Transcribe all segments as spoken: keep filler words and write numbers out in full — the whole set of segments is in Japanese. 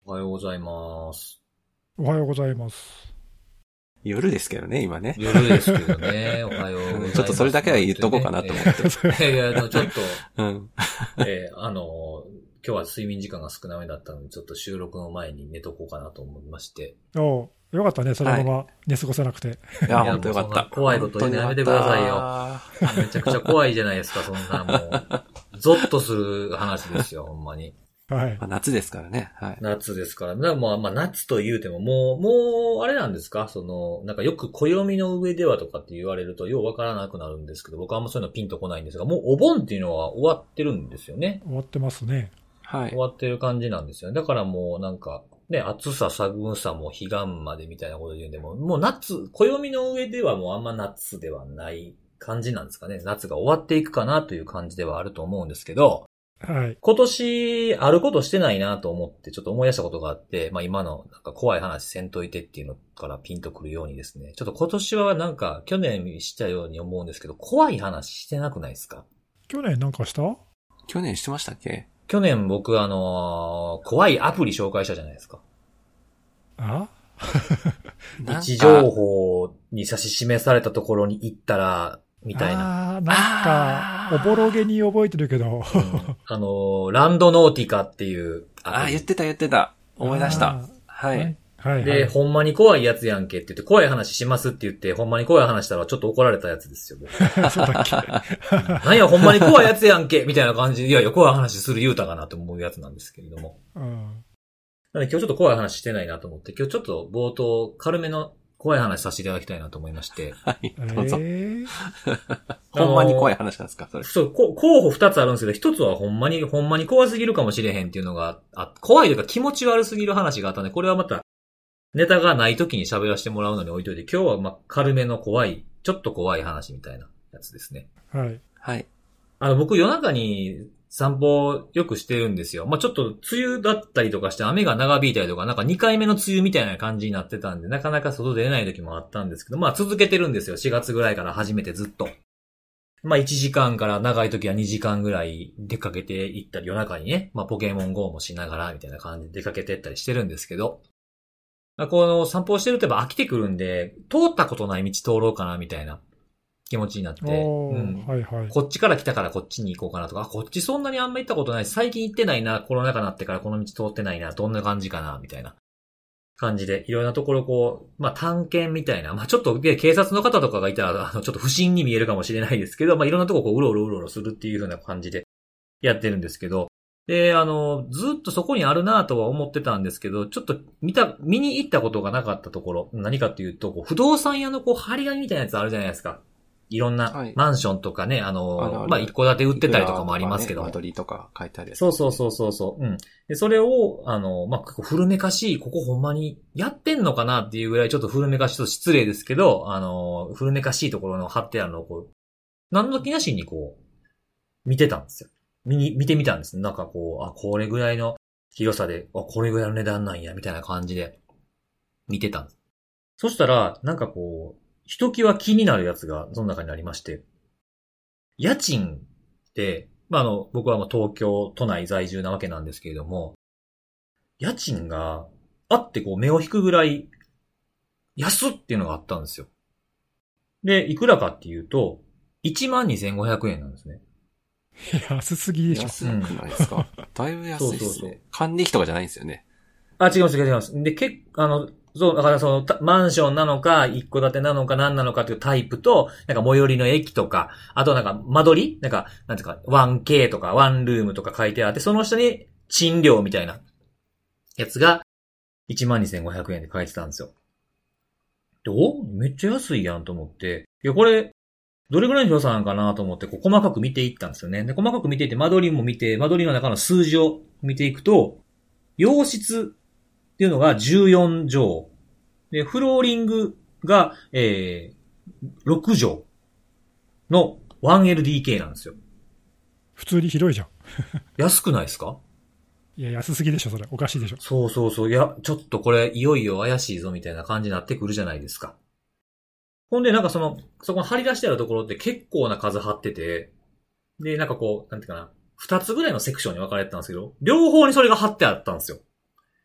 おはようございます。 おはようございます。 夜ですけどね、今ね。 夜ですけどね、おはようございます。 ちょっとそれだけは言っとこうかなと思って。 えー、いやいや、ちょっと、 うん、 えー、あの、今日は睡眠時間が少なめだったので、ちょっと収録の前に寝とこうかなと思いまして。 おう、よかったね、そのまま寝過ごせなくて。 はい、いや、本当よかった。 怖いこと言うのやめてくださいよ。めちゃくちゃ怖いじゃないですか、そんなもう。ゾッとする話ですよ、ほんまに。 はい。まあ、夏ですからね。はい。 夏ですから。だからまあ、まあ、夏と言うても、もう、もう、あれなんですかその、なんかよく暦の上ではとかって言われると、ようわからなくなるんですけど、僕はあんまそういうのピンとこないんですが、もうお盆っていうのは終わってるんですよね。 終わってますね。 はい。 終わってる感じなんですよね。だからもうなんか、ね、暑さ、寒さも彼岸までみたいなこと言うんでも、もう夏、暦の上ではもうあんま夏ではない感じなんですかね。夏が終わっていくかなという感じではあると思うんですけど、 はい。 今年、あることしてないなと思って、ちょっと思い出したことがあって、まあ今の、なんか怖い話せんといてっていうのからピンとくるようにですね、ちょっと今年はなんか、去年したように思うんですけど、怖い話してなくないですか？ 去年なんかした？ 去年してましたっけ？ 去年僕あのー、怖いアプリ紹介したじゃないですか。 あ位置情報に指し示されたところに行ったら、みたいな。 ああ、なんか、おぼろげに覚えてるけど。うん、 あのー、ランドノーティカっていう。 ああ、言ってた言ってた。思い出した。はい。 はいはい、 で、ほんまに怖いやつやんけって言って、怖い話しますって言って、ほんまに怖い話したらちょっと怒られたやつですよ。 そうだっけ何や、ほんまに怖いやつやんけみたいな感じで、いやいや、怖い話する言うたかなと思うやつなんですけれども。 うん。 なので今日ちょっと怖い話してないなと思って、今日ちょっと冒頭軽めの怖い話させていただきたいなと思いまして。 はい、どうぞ。 えー、 ほんまに怖い話なんですかそれ。 そう、候補二つあるんですけど、一つはほんまに、ほんまに怖すぎるかもしれへんっていうのが、あ、怖いというか気持ち悪すぎる話があったんで、これはまた、ネタがない時に喋らせてもらうのに置いといて、今日はまあ軽めの怖い、ちょっと怖い話みたいなやつですね。 はい。 はい。 あの、僕夜中に散歩よくしてるんですよ。まあ、ちょっと梅雨だったりとかして雨が長引いたりとか、なんかにかいめの梅雨みたいな感じになってたんで、なかなか外出ない時もあったんですけど、まあ続けてるんですよ。しがつぐらいから始めてずっと。まあいちじかんから長い時はにじかんぐらい出かけて行ったり夜中にね、まあポケモン ゴー もしながらみたいな感じで出かけて行ったりしてるんですけど、まあ、この散歩してるとやっぱ飽きてくるんで、通ったことない道通ろうかなみたいな気持ちになって、 おー、 うん、 はいはい。 こっちから来たからこっちに行こうかなとか、あ、こっちそんなにあんま行ったことないし、最近行ってないな、コロナ禍になってからこの道通ってないな、どんな感じかな、みたいな感じで、いろんなところこう、まあ探検みたいな、まあちょっと警察の方とかがいたら、あの、ちょっと不審に見えるかもしれないですけど、まあいろんなとここう、うろうろうろうろするっていう風な感じでやってるんですけど、で、あの、ずっとそこにあるなとは思ってたんですけど、ちょっと見た、見に行ったことがなかったところ、何かっていうと、こう不動産屋のこう、張り紙みたいなやつあるじゃないですか。いろんなマンションとかね、はい、あの、あのまあ、一戸建て売ってたりとかもありますけど。 間取りとか書いてあるやつ。 そうそうそうそうそう。うん。で、それを、あの、まあ、結構古めかしい、ここほんまにやってんのかなっていうぐらいちょっと古めかしい、ちょっと失礼ですけど、あの、古めかしいところの貼ってあるのをこう、何の気なしにこう、見てたんですよ。見に、見てみたんです。なんかこう、あ、これぐらいの広さで、あ、これぐらいの値段なんや、みたいな感じで、見てたんです。そしたら、なんかこう、ひときわ気になるやつがその中にありまして、家賃って、まあ、あの、僕はもう東京都内在住なわけなんですけれども、家賃があってこう目を引くぐらい安っていうのがあったんですよ。で、いくらかっていうと、いちまんにせんごひゃくえんなんですね。 安すぎでしょ。 安くないですか、うん、だいぶ安いですね。そうそうそう。管理費とかじゃないんですよね。 あ、違います、違います。で、結構、あの、そう、だからその、マンションなのか、一戸建てなのか何なのかというタイプと、なんか最寄りの駅とか、あとなんか間取りなんか、なんていうか、ワンケー とかワンルームとか書いてあって、その下に賃料みたいなやつがいちまんにせんごひゃくえんで書いてたんですよ。で、おめっちゃ安いやんと思って、いや、これ、どれぐらいの広さなんかなと思って、こう細かく見ていったんですよね。で、細かく見ていって、間取りも見て、間取りの中の数字を見ていくと、洋室っていうのがじゅうよんじょう。で、フローリングが、えー、ろくじょうの ワンエルディーケー なんですよ。 普通に広いじゃん。 安くないですか？ いや、安すぎでしょ、それ。おかしいでしょ。 そうそうそう。いや、ちょっとこれ、いよいよ怪しいぞみたいな感じになってくるじゃないですか。ほんで、なんかその、そこに貼り出してあるところって結構な数貼ってて、で、なんかこう、なんていうかな、二つぐらいのセクションに分かれてたんですけど、両方にそれが貼ってあったんですよ。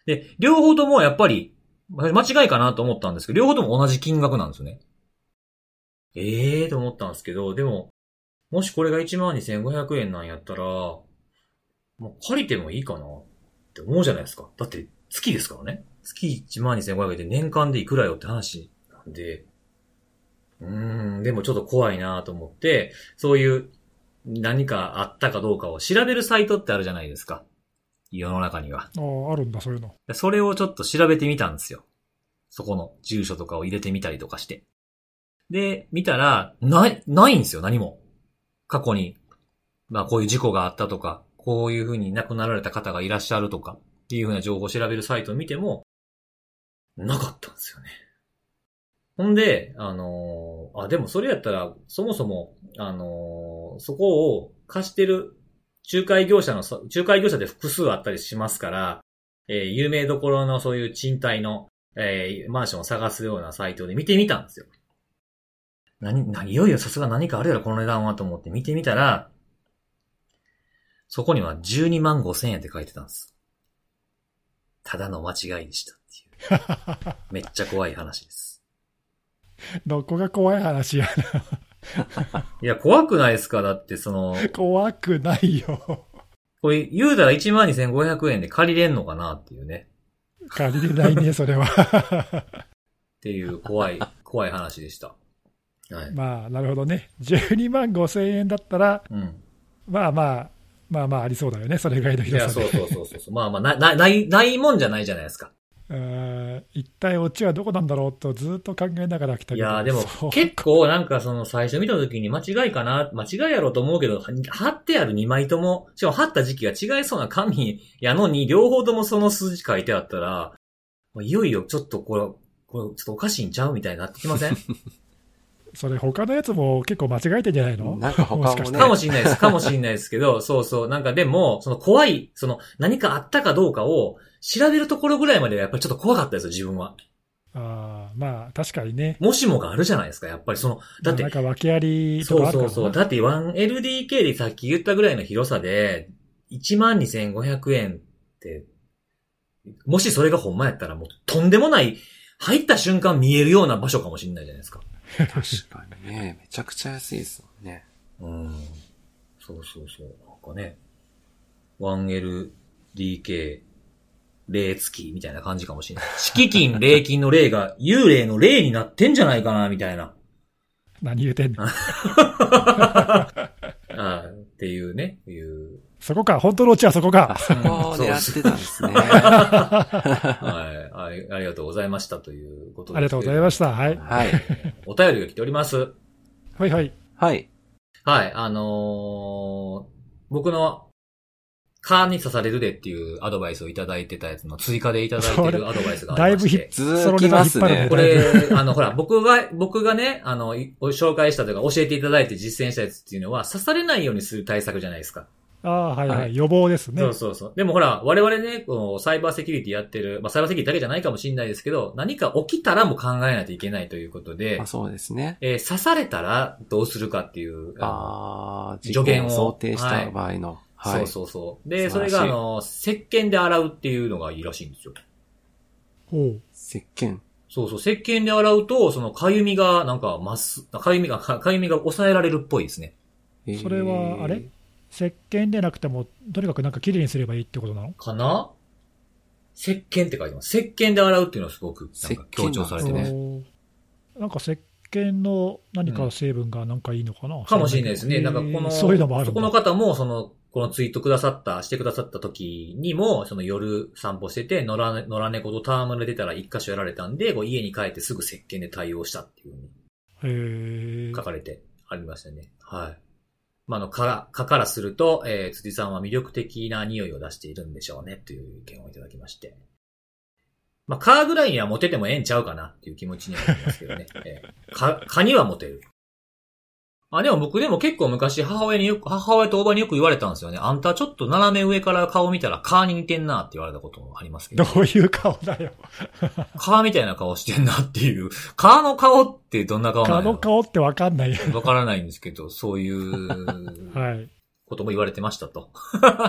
で、両方ともやっぱり、間違いかなと思ったんですけど、両方とも同じ金額なんですよね。ええーと思ったんですけど、でも、もしこれがいちまんにせんごひゃくえんなんやったら、もう借りてもいいかなって思うじゃないですか。だって月ですからね。月いちまんにせんごひゃくえんで年間でいくらよって話なんで、うーん、でもちょっと怖いなと思って、そういう何かあったかどうかを調べるサイトってあるじゃないですか。世の中には。 ああ、あるんだ、そういうの。 それをちょっと調べてみたんですよ。そこの住所とかを入れてみたりとかして。で、見たら、ない、ないんですよ、何も。過去に、まあこういう事故があったとか、こういう風に亡くなられた方がいらっしゃるとか、っていう風な情報を調べるサイトを見ても、なかったんですよね。ほんで、あのー、あ、でもそれやったら、そもそも、あのー、そこを貸してる仲介業者の、仲介業者で複数あったりしますから、えー、有名どころのそういう賃貸の、えー、マンションを探すようなサイトで見てみたんですよ。何、何、いよいよさすが何かあるやろ、この値段はと思って見てみたら、そこにはじゅうにまんごせんえんって書いてたんです。ただの間違いでしたっていう。めっちゃ怖い話です。 どこが怖い話やな。いや、怖くないですか？だってその。 怖くないよ。 これ言うたらいちまんにせんごひゃくえんで借りれんのかなっていうね。 借りれないね、それは。 っていう怖い、怖い話でした。はい、 まあ、なるほどね。じゅうにまんごせんえんだったら、うん、まあまあ、まあまあありそうだよね。それぐらいの広さで。 いや、そうそうそうそう。まあまあ、な、な、ない、ないもんじゃないじゃないですか。 一体オチはどこなんだろうとずっと考えながら来たけど。 いやでも結構なんかその最初見た時に間違いかな、間違いやろうと思うけど、貼ってあるにまいとも、しかも貼った時期が違いそうな紙やのに、両方ともその数字書いてあったら、いよいよちょっとこれ、これちょっとおかしいんちゃうみたいになってきません？ それ他のやつも結構間違えてんじゃないの？ なんか他もね。 かもしれないです。かもしれないですけど、そうそう。なんかでも、その怖い、その何かあったかどうかを調べるところぐらいまではやっぱりちょっと怖かったですよ、自分は。 ああ、まあ確かにね。 もしもがあるじゃないですか、やっぱりその、だって。 なんか訳ありとかあるからな。 そうそうそう。だって ワンエルディーケー でさっき言ったぐらいの広さで、いちまんにせんごひゃくえんって、もしそれがほんまやったらもうとんでもない、入った瞬間見えるような場所かもしれないじゃないですか。 確かにね。めちゃくちゃ安いですもんね。 うん。そうそうそう。なんかね。ワンエルディーケー、霊付きみたいな感じかもしれない。敷金、霊金の霊が幽霊の霊になってんじゃないかな、みたいな。 何言うてんのああっていうね。いうそこか。本当のうちはそこか。 そこを狙ってたんですね。 はいあ。ありがとうございましたということです。 ありがとうございました。はい。 はい。 お便りが来ております。 はいはい。 はい。 はい。あのー、僕のカーに刺されるでっていうアドバイスをいただいてたやつの追加でいただいてるアドバイスがありまして。 だいぶひっきますね。 これ、あの、ほら、僕が、僕がね、あの、紹介したというか教えていただいて実践したやつっていうのは刺されないようにする対策じゃないですか。 ああ、はいはい、はい。予防ですね。 そうそうそう。でもほら、我々ね、このサイバーセキュリティやってる、まあ、サイバーセキュリティだけじゃないかもしれないですけど、何か起きたらも考えないといけないということで、 あそうですね。 えー、刺されたらどうするかっていう、 ああ、 助言を想定した場合の。 はい。はい、そうそうそう。で、それがあの、石鹸で洗うっていうのがいいらしいんですよ。 ほう。 石鹸そうそう。石鹸で洗うと、その、かゆみが、なんか、ます、かゆみが、かゆみが抑えられるっぽいですね。 それは、あれ石鹸でなくても、とにかくなんか綺麗にすればいいってことなのかな石鹸って書いてます。石鹸で洗うっていうのはすごくなんか強調されてね。 なんか石鹸の何か成分がなんかいいのかな、うん、 かもしれないですね。なんかこの、 そういうのもあるんだ。 そこの方も、その、このツイートくださった、してくださった時にも、その夜散歩してて、野良、野良猫と戯れてたら一箇所やられたんで、こう家に帰ってすぐ石鹸で対応したっていう風に書かれてありましたね。はい。まあ、あの、か、かからすると、えー、辻さんは魅力的な匂いを出しているんでしょうね、という意見をいただきまして。まあ、蚊ぐらいにはモテてもええんちゃうかな、っていう気持ちにはなりますけどね。えー、蚊、蚊にはモテる。あ、でも僕でも結構昔母親によく、母親とおばによく言われたんですよね。あんたちょっと斜め上から顔見たら蚊に似てんなって言われたこともありますけど。 どういう顔だよ。 蚊みたいな顔してんなっていう。蚊の顔ってどんな顔なの？ 蚊の顔ってわかんないよ。 わからないんですけど、そういう、はい。ことも言われてましたと。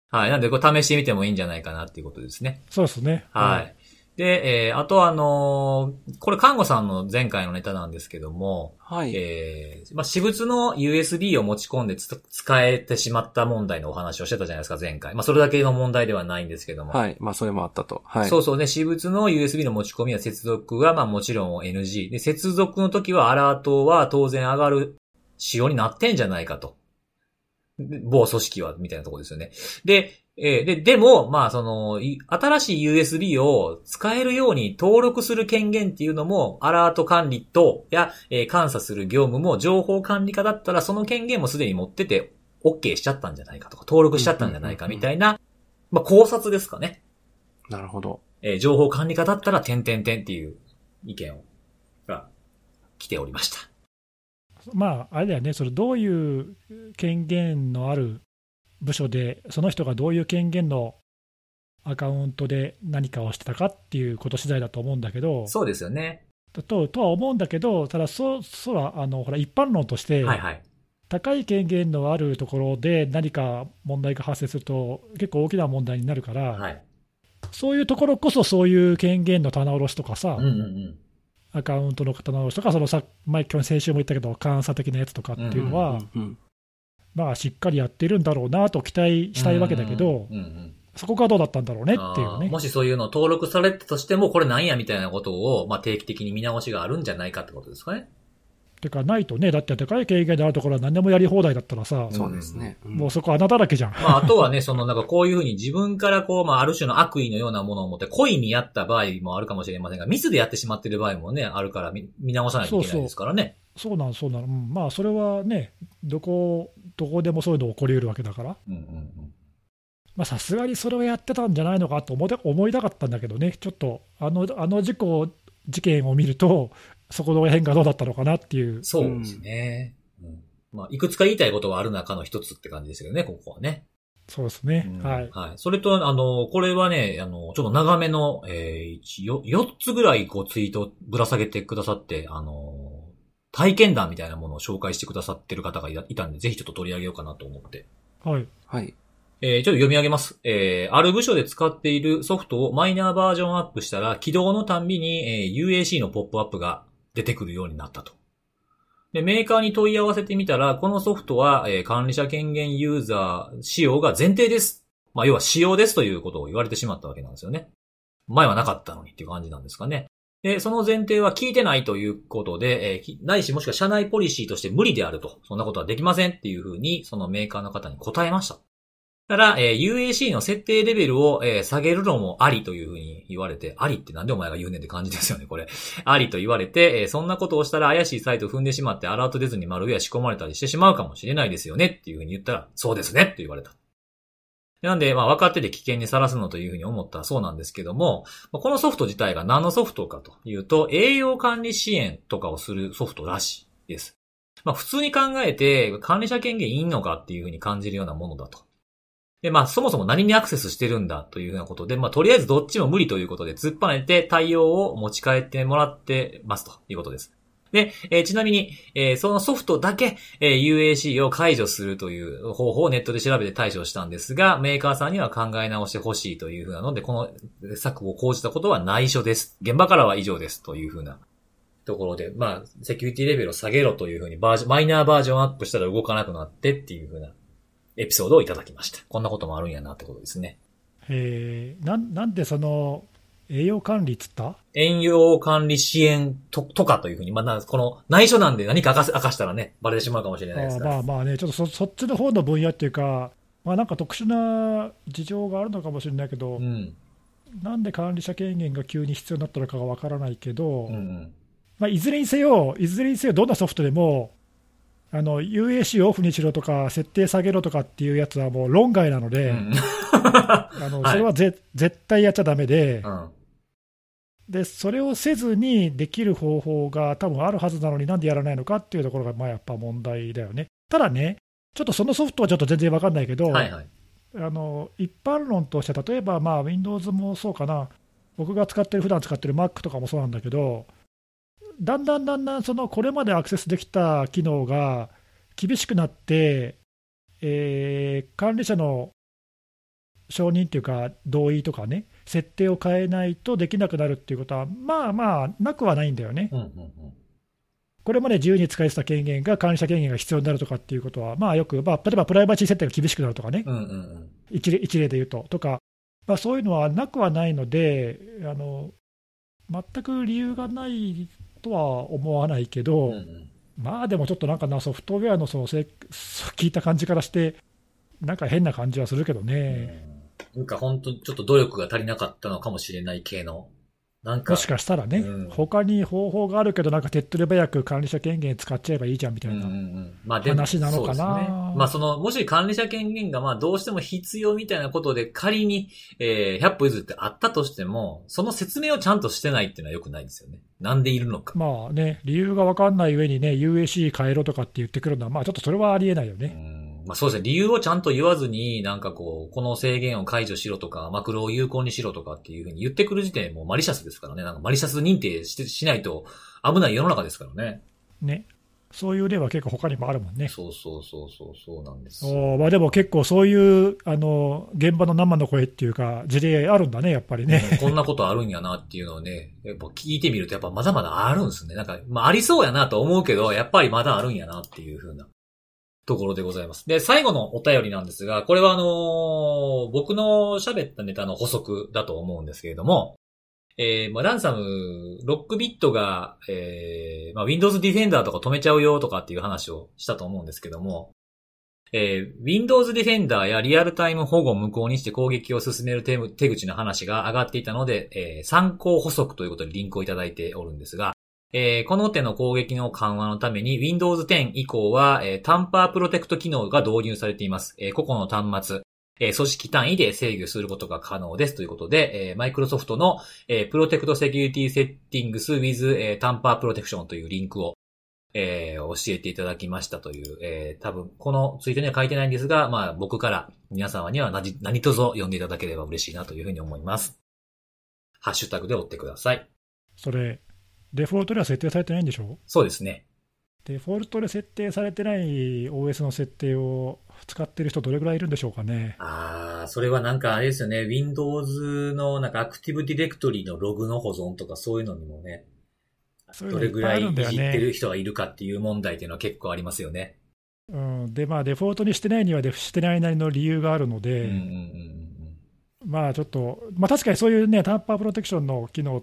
はい。なんで、これ試してみてもいいんじゃないかなっていうことですね。 そうですね。 はい。はい、で、えー、あとあのー、これ、看護さんの前回のネタなんですけども、 はい。 えー、まあ、私物の ユーエスビー を持ち込んでつ使えてしまった問題のお話をしてたじゃないですか、前回。まあ、それだけの問題ではないんですけども。 はい。まあ、それもあったと。はい。 そうそうね、私物の ユーエスビー の持ち込みや接続は、まあ、もちろん エヌジー。で、接続の時はアラートは当然上がる仕様になってんじゃないかと。某組織は、みたいなところですよね。で、えー、で、でも、まあ、その、新しい ユーエスビー を使えるように登録する権限っていうのも、アラート管理と、や、えー、監査する業務も、情報管理課だったら、その権限もすでに持ってて、OK しちゃったんじゃないかとか、登録しちゃったんじゃないかみたいな、まあ、考察ですかね。 なるほど。 えー、情報管理課だったら、点々点っていう意見を、が、来ておりました。 まあ、あれだよね、それどういう権限のある部署で、その人がどういう権限のアカウントで何かをしてたかっていうこと次第だと思うんだけど、 そうですよね。 と, とは思うんだけど、ただそ、そらあのほら一般論として、 はいはい、 高い権限のあるところで何か問題が発生すると、結構大きな問題になるから、 はい、 そういうところこそ、そういう権限の棚卸しとかさ、 うんうんうん、 アカウントの棚卸しとか、そのさ前今日先週も言ったけど、監査的なやつとかっていうのは、うんうんうんうん、まあ、しっかりやってるんだろうなと期待したいわけだけど、うんうんうんうん、そこがどうだったんだろうねっていうね。 もしそういうのを登録されたとしても、これなんやみたいなことを、まあ、定期的に見直しがあるんじゃないかってことですかね。 てか、ないとね、だって高い経験であるところは何でもやり放題だったらさ、 そうですね、 うん、もうそこ穴だらけじゃん。 まあ、あとはね、そのなんかこういうふうに自分からこう、まあ、ある種の悪意のようなものを持って故意にやった場合もあるかもしれませんが、ミスでやってしまっている場合もね、あるから見、見直さないといけないですからね。 そうそう、そうなん、そうなの、うん、まあ、それはね、どこ、どこでもそういうの起こり得るわけだから。うんうんうん、まあ、さすがにそれをやってたんじゃないのかと思い、思いたかったんだけどね、ちょっとあの、あの事故、事件を見ると、そこの辺がどうだったのかなっていう。 そうですね。うん、まあ、いくつか言いたいことはある中の一つって感じですよね、ここはね。 そうですね。うん、はい。 はい。それと、あの、これはね、あの、ちょっと長めの、えー、よ、よっつぐらいこうツイートぶら下げてくださって、あの、体験談みたいなものを紹介してくださってる方がいたんで、ぜひちょっと取り上げようかなと思って。 はい。 はい。 えー、ちょっと読み上げます。えー、ある部署で使っているソフトをマイナーバージョンアップしたら、起動のたんびに、えー、ユーエーシー のポップアップが出てくるようになったと。で、メーカーに問い合わせてみたら、このソフトは、えー、管理者権限ユーザー使用が前提です。まあ、要は使用ですということを言われてしまったわけなんですよね。前はなかったのにっていう感じなんですかね。で、その前提は聞いてないということで、えー、ないしもしくは社内ポリシーとして無理であると。そんなことはできませんっていうふうに、そのメーカーの方に答えました。ただ、えー、ユーエーシー の設定レベルを、えー、下げるのもありというふうに言われて、ありってなんでお前が言うねんって感じですよね、これ。ありと言われて、えー、そんなことをしたら怪しいサイトを踏んでしまってアラート出ずにマルウェア仕込まれたりしてしまうかもしれないですよねっていうふうに言ったら、そうですねって言われた。なんで、まあ分かってて危険にさらすのというふうに思ったらそうなんですけども、このソフト自体が何のソフトかというと、栄養管理支援とかをするソフトらしいです。まあ普通に考えて管理者権限いいのかっていうふうに感じるようなものだと。で、まあ、そもそも何にアクセスしてるんだというふうなことで、まあ、とりあえずどっちも無理ということで、突っぱねて対応を持ち帰ってもらってますということです。で、えー、ちなみに、えー、そのソフトだけ、えー、ユーエーシー を解除するという方法をネットで調べて対処したんですが、メーカーさんには考え直してほしいというふうなので、この策を講じたことは内緒です。現場からは以上ですというふうなところで、まあ、セキュリティレベルを下げろというふうにバージョン、マイナーバージョンアップしたら動かなくなってっていうふうなエピソードをいただきました。こんなこともあるんやなってことですね。 えー、な, なんでその栄養管理っつった栄養管理支援 と, とかというふうに、まあ、この内緒なんで何か明かす明かしたらね、バレてしまうかもしれないですから。 あまあまあね、ちょっと そ, そっちの方の分野っていうか、まあなんか特殊な事情があるのかもしれないけど、うん、なんで管理者権限が急に必要になったのかがわからないけど、うんうんまあ、いずれにせよ、いずれにせよどんなソフトでも、あの ユーエーシー をオフにしろとか設定下げろとかっていうやつはもう論外なので、うん、あのそれはぜ、はい、絶対やっちゃダメで、うん、でそれをせずにできる方法が多分あるはずなのになんでやらないのかっていうところがまあやっぱ問題だよね。ただね、ちょっとそのソフトはちょっと全然分かんないけど、はいはい、あの一般論として例えばまあ Windows もそうかな、僕が使ってる普段使ってる Mac とかもそうなんだけど、だんだんだんだんそのこれまでアクセスできた機能が厳しくなって、えー、管理者の承認っていうか、同意とかね、設定を変えないとできなくなるっていうことは、まあまあ、なくはないんだよね。 うんうんうん、 これまで自由に使えてた権限が管理者権限が必要になるとかっていうことは、まあよく、まあ、例えばプライバシー設定が厳しくなるとかね、 うんうんうん、 一例、一例で言うと、とか、まあ、そういうのはなくはないので、あの全く理由がないとは思わないけど、 うんうん、 まあでもちょっとなんかな、ソフトウェアのそのせ聞いた感じからして、なんか変な感じはするけどね。 うん、なんか本当、ちょっと努力が足りなかったのかもしれない系の。なんかもしかしたらね、うん、他に方法があるけど、なんか手っ取り早く管理者権限使っちゃえばいいじゃんみたいな話なのかな。 うんうんうん、まあ、でもそうですね。まあその、もし管理者権限がまあどうしても必要みたいなことで仮に、えー、ひゃっぽ譲ってあったとしても、その説明をちゃんとしてないっていうのは良くないですよね。なんでいるのか。 まあね、理由が分かんない上にね、ユーエーシー 変えろとかって言ってくるのは、まあちょっとそれはありえないよね。 うんまあそうですね。理由をちゃんと言わずに、なんかこう、この制限を解除しろとか、マクロを有効にしろとかっていうふうに言ってくる時点でもうマリシャスですからね。なんかマリシャス認定してしないと危ない世の中ですからね。 ね。そういう例は結構他にもあるもんね。 そうそうそうそう、そうなんです。 おまあでも結構そういう、あの、現場の生の声っていうか、事例あるんだね、やっぱりね。 こんなことあるんやなっていうのをね、やっぱ聞いてみるとやっぱまだまだあるんですね。なんか、まあありそうやなと思うけど、やっぱりまだあるんやなっていうふうな。ところでございます。で、最後のお便りなんですが、これはあのー、僕の喋ったネタの補足だと思うんですけれども、えー、まあ、ランサム、ロックビットが、えー、まあ、Windows Defender とか止めちゃうよとかっていう話をしたと思うんですけども、えー、Windows Defender やリアルタイム保護を無効にして攻撃を進める手、手口の話が上がっていたので、えー、参考補足ということでリンクをいただいておるんですが、えー、この手の攻撃の緩和のために Windows テン以降は、えー、タンパープロテクト機能が導入されています。えー、個々の端末、えー、組織単位で制御することが可能ですということで、えー、Microsoft の、えー、プロテクトセキュリティセッティングス with、えー、タンパープロテクションというリンクを、えー、教えていただきましたという、えー、多分このツイートには書いてないんですが、まあ僕から皆様には何、何卒読んでいただければ嬉しいなというふうに思います。ハッシュタグで追ってください。 それデフォルトでは設定されてないんでしょ？ そうですね。 デフォルトで設定されてない オーエス の設定を使ってる人どれくらいいるんでしょうかね。 ああ、それはなんかあれですよね。Windows のなんかアクティブディレクトリのログの保存とかそういうのにもね、どれぐらいいじってる人がいるかっていう問題っていうのは結構ありますよね。 うん、で、まあデフォルトにしてないにはしてないなりの理由があるので、うんうんうんうん、まあちょっと、まあ確かにそういうね、タンパープロテクションの機能って、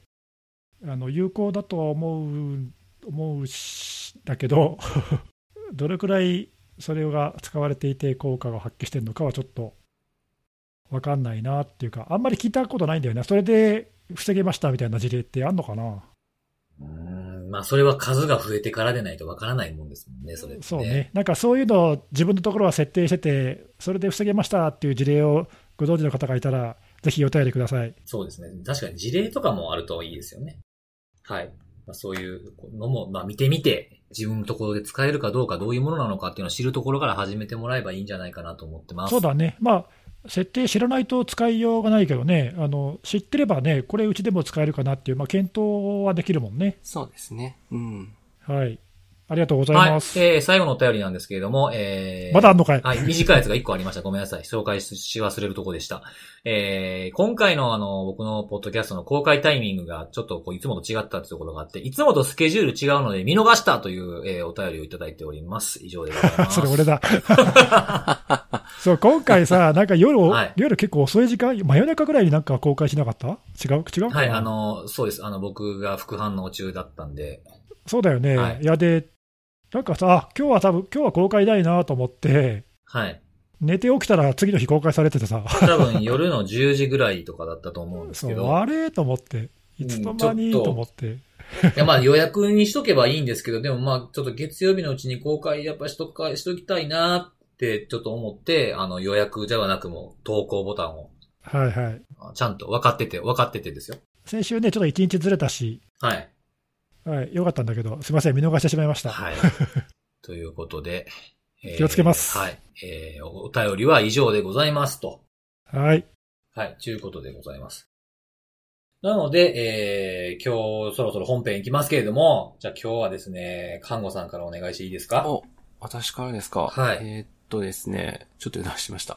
あの有効だとは思う、思うし、だけど、どれくらいそれが使われていて効果が発揮してるのかはちょっと分かんないなっていうか、あんまり聞いたことないんだよね。それで防げましたみたいな事例ってあんのかな。 うーん、まあそれは数が増えてからでないと分からないもんですもんね、それってね。 そうね。なんかそういうのを自分のところは設定してて、それで防げましたっていう事例をご存知の方がいたら、ぜひお便りください。 そうですね。確かに事例とかもあるといいですよね。はい。まあ、そういうのも、まあ見てみて、自分のところで使えるかどうか、どういうものなのかっていうのを知るところから始めてもらえばいいんじゃないかなと思ってます。 そうだね。まあ、設定知らないと使いようがないけどね、あの、知ってればね、これうちでも使えるかなっていう、まあ検討はできるもんね。 そうですね。うん。 はい。ありがとうございます。 はい。えー、最後のお便りなんですけれども、えー、 まだあんのかい？ はい。短いやつがいっこありました。ごめんなさい。紹介し忘れるとこでした。えー、今回のあの、僕のポッドキャストの公開タイミングがちょっとこういつもと違ったってところがあって、いつもとスケジュール違うので見逃したという、えー、お便りをいただいております。以上でございます。 それ俺だ。そう、今回さ、なんか夜、はい、夜結構遅い時間、真夜中ぐらいになんか公開しなかった？違う違うかな？ はい、あの、そうです。あの、僕が副反応中だったんで。 そうだよね。はい、いやで、なんかさ、今日は多分、今日は公開ないなと思って、 はい。 寝て起きたら次の日公開されててさ。 多分夜のじゅうじぐらいとかだったと思うんですけど。 そう、あれと思って。いつの間にと思って。いや、まあ予約にしとけばいいんですけど、でもまあちょっと月曜日のうちに公開やっぱしとか、しときたいなってちょっと思って、あの予約じゃなくも投稿ボタンを。 はいはい。 ちゃんと分かってて、分かっててですよ。 先週ね、ちょっと一日ずれたし。 はい。 はい、よかったんだけど、すいません、見逃してしまいました。 はい。ということで、 えー、気をつけます。 はい。えー、お便りは以上でございますと。 はい。 はい、ということでございます。なので、えー、今日そろそろ本編行きますけれども、じゃあ今日はですね、看護さんからお願いしていいですか？ お、私からですか？ はい。 えー、っとですね、ちょっと出してました。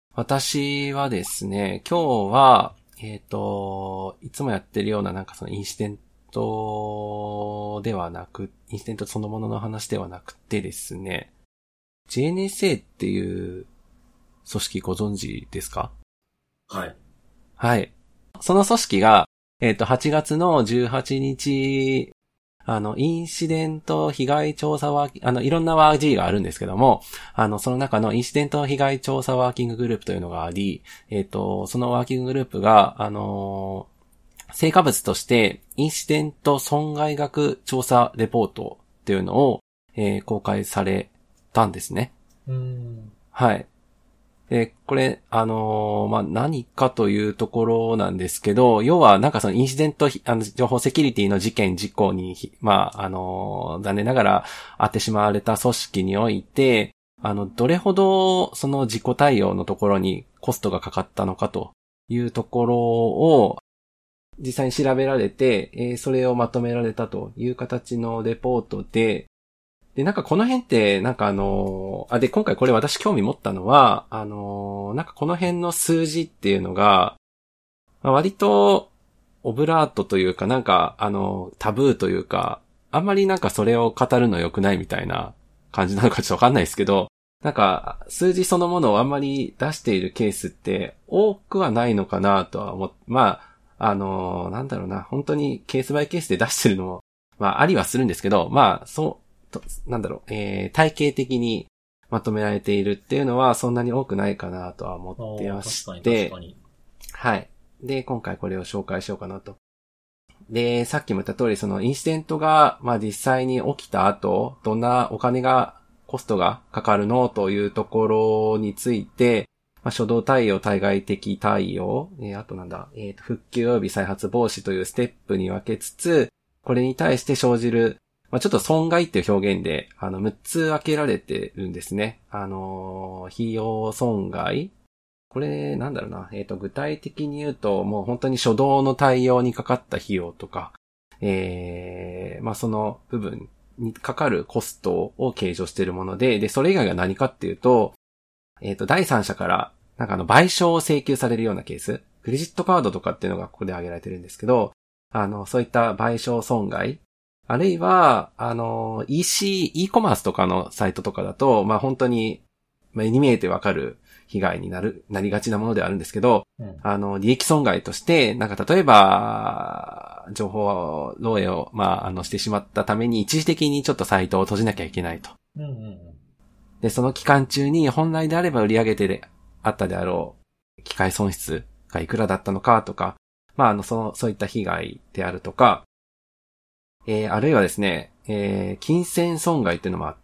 私はですね、今日は、えっと、いつもやってるようななんかそのインシデントではなく、インシデントそのものの話ではなくてですね、ジェーエヌエスエー っていう組織ご存知ですか？ はい。 はい。その組織が、えっと、はちがつのじゅうはちにち、あの、インシデント被害調査ワーキング、あの、いろんなワージーがあるんですけども、あの、その中のインシデント被害調査ワーキンググループというのがあり、えっと、そのワーキンググループが、あのー、成果物として、インシデント損害額調査レポートっていうのを、えー、公開されたんですね。 うーん。 はい。で、これ、あのー、まあ、何かというところなんですけど、要はなんかそのインシデント、あの、情報セキュリティの事件事故に、まあ、あのー、残念ながらあってしまわれた組織において、あの、どれほどその事故対応のところにコストがかかったのかというところを、実際に調べられて、えー、それをまとめられたという形のレポートで、で、なんかこの辺って、なんかあのー、あ、で、今回これ私興味持ったのは、あのー、なんかこの辺の数字っていうのが、まあ、割と、オブラートというか、なんか、あのー、タブーというか、あんまりなんかそれを語るの良くないみたいな感じなのかちょっとわかんないですけど、なんか、数字そのものをあんまり出しているケースって多くはないのかなとは思って、まあ、あのー、なんだろうな、本当にケースバイケースで出してるのも、まあ、ありはするんですけど、まあ、そう、となんだろう、えー、体系的にまとめられているっていうのはそんなに多くないかなとは思ってまして、確かに確かに。はい。で、今回これを紹介しようかなと。で、さっきも言った通り、そのインシデントが、まあ実際に起きた後、どんなお金が、コストがかかるのというところについて、まあ、初動対応、対外的対応、えー、あとなんだ、えーと、復旧及び再発防止というステップに分けつつ、これに対して生じるまあ、ちょっと損害っていう表現で、あの、むっつ分けられてるんですね。あのー、費用損害これ、なんだろうな。えっと、具体的に言うと、もう本当に初動の対応にかかった費用とか、えー、まあ、その部分にかかるコストを計上しているもので、で、それ以外が何かっていうと、えっと、第三者から、なんかあの、賠償を請求されるようなケース、クレジットカードとかっていうのがここで挙げられてるんですけど、あの、そういった賠償損害、あるいは、あの、イーシー、e コマースとかのサイトとかだと、まあ本当に、目に見えてわかる被害になる、なりがちなものではあるんですけど、うん、あの、利益損害として、なんか例えば、情報漏洩を、まあ、あの、してしまったために一時的にちょっとサイトを閉じなきゃいけないと。 うんうんうん、 で、その期間中に本来であれば売り上げてであったであろう、機械損失がいくらだったのかとか、まあ、あの、その、そういった被害であるとか、えー、あるいはですね、えー、金銭損害っていうのもあって、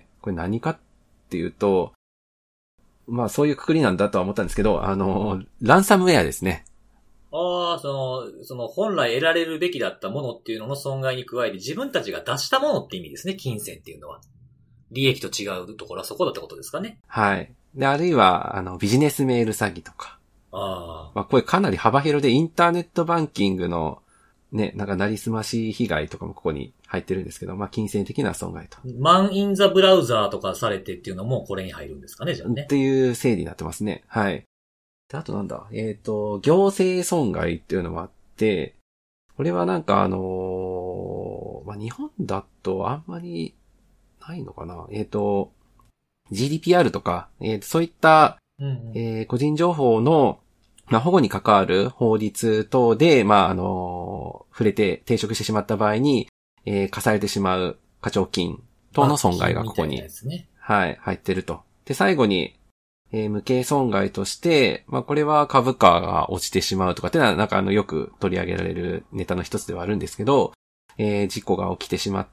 これ何かっていうと、まあそういうくくりなんだとは思ったんですけど、あの、ランサムウェアですね。 ああ、その、その本来得られるべきだったものっていうのの損害に加えて自分たちが出したものって意味ですね、金銭っていうのは。利益と違うところはそこだってことですかね。 はい。で、あるいは、あの、ビジネスメール詐欺とか。 ああ。 まあこれかなり幅広でインターネットバンキングのね、なんかなりすまし被害とかもここに入ってるんですけど、まあ金銭的な損害と。 マンインザブラウザーとかされてっていうのもこれに入るんですかね、じゃあね。 っていう整理になってますね。はい。で、あとなんだ、えっと、行政損害っていうのもあって、これはなんかあのー、まあ日本だとあんまりないのかな。えっと、ジーディーピーアール とか、えー、そういった、うんうん、えー、個人情報のまあ、保護に関わる法律等で、まあ、あの、触れて抵触してしまった場合に、えー、課されてしまう課徴金等の損害がここに、ね、はい、入ってると。で、最後に、えー、無形損害として、まあ、これは株価が落ちてしまうとかっていうのは、なんかあの、よく取り上げられるネタの一つではあるんですけど、えー、事故が起きてしまって、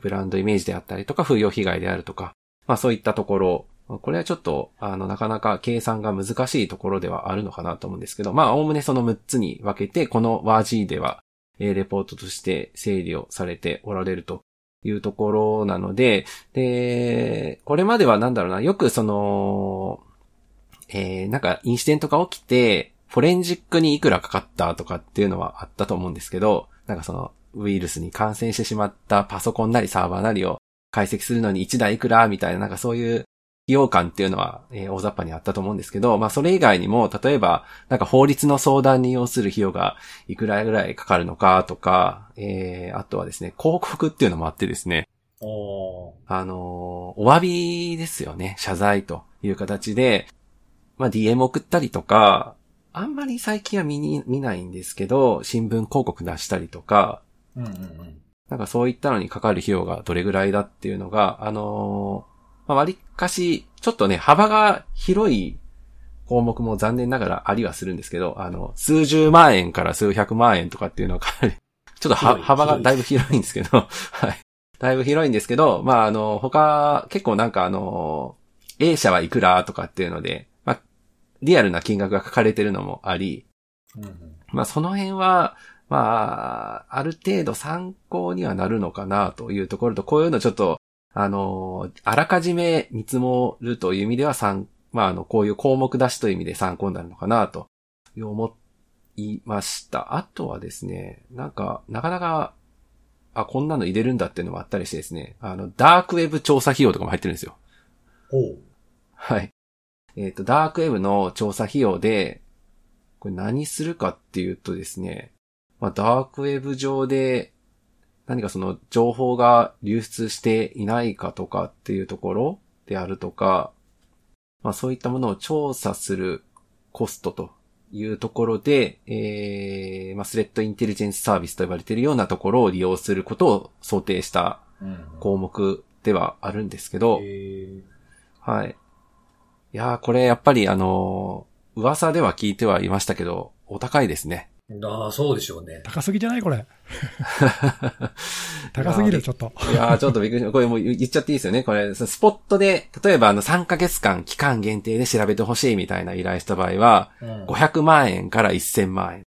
ブランドイメージであったりとか、風評被害であるとか、まあ、そういったところ、これはちょっと、あの、なかなか計算が難しいところではあるのかなと思うんですけど、まあ、おおむねそのむっつに分けて、この ワージー では、えー、レポートとして整理をされておられるというところなので、で、これまではなんだろうな、よくその、えー、なんかインシデントが起きて、フォレンジックにいくらかかったとかっていうのはあったと思うんですけど、なんかその、ウイルスに感染してしまったパソコンなりサーバーなりを解析するのにいちだいいくらみたいな、なんかそういう用感っていうのは、えー、大雑把にあったと思うんですけど、まあそれ以外にも、例えば、なんか法律の相談に要する費用がいくらぐらいかかるのかとか、えー、あとはですね、広告っていうのもあってですね、 おあのー、お詫びですよね、謝罪という形で、まあ ディーエム 送ったりとか、あんまり最近は見に、見ないんですけど、新聞広告出したりとか、 うんうんうん、 なんかそういったのにかかる費用がどれぐらいだっていうのが、あのー、まあ、割かし、ちょっとね、幅が広い項目も残念ながらありはするんですけど、あの、数十万円から数百万円とかっていうのはかなり、ちょっとは幅がだいぶ広いんですけど、はい。だいぶ広いんですけど、まあ、あの、他、結構なんかあの、A 社はいくらとかっていうので、まあ、リアルな金額が書かれてるのもあり、 うんうん、 まあ、その辺は、まあ、ある程度参考にはなるのかなというところと、こういうのちょっと、あの、あらかじめ見積もるという意味では、まあ、あの、こういう項目出しという意味で参考になるのかなと思いました。あとはですね、なんか、なかなか、あ、こんなの入れるんだっていうのもあったりしてですね、あの、ダークウェブ調査費用とかも入ってるんですよ。 ほう。 はい。えっと、ダークウェブの調査費用で、これ何するかっていうとですね、まあ、ダークウェブ上で何かその情報が流出していないかとかっていうところであるとか、まあそういったものを調査するコストというところで、えー、まあスレッドインテリジェンスサービスと呼ばれているようなところを利用することを想定した項目ではあるんですけど、うん、はい。いやーこれやっぱりあのー、噂では聞いてはいましたけど、お高いですね。 ああ、そうでしょうね。 高すぎじゃないこれ。高すぎる、ちょっと。 いやー、ちょっとびっくりした。これもう言っちゃっていいですよね。これ、スポットで、例えばあのさんかげつかん期間限定で調べてほしいみたいな依頼した場合は、うん、ごひゃくまんえんからせんまんえん。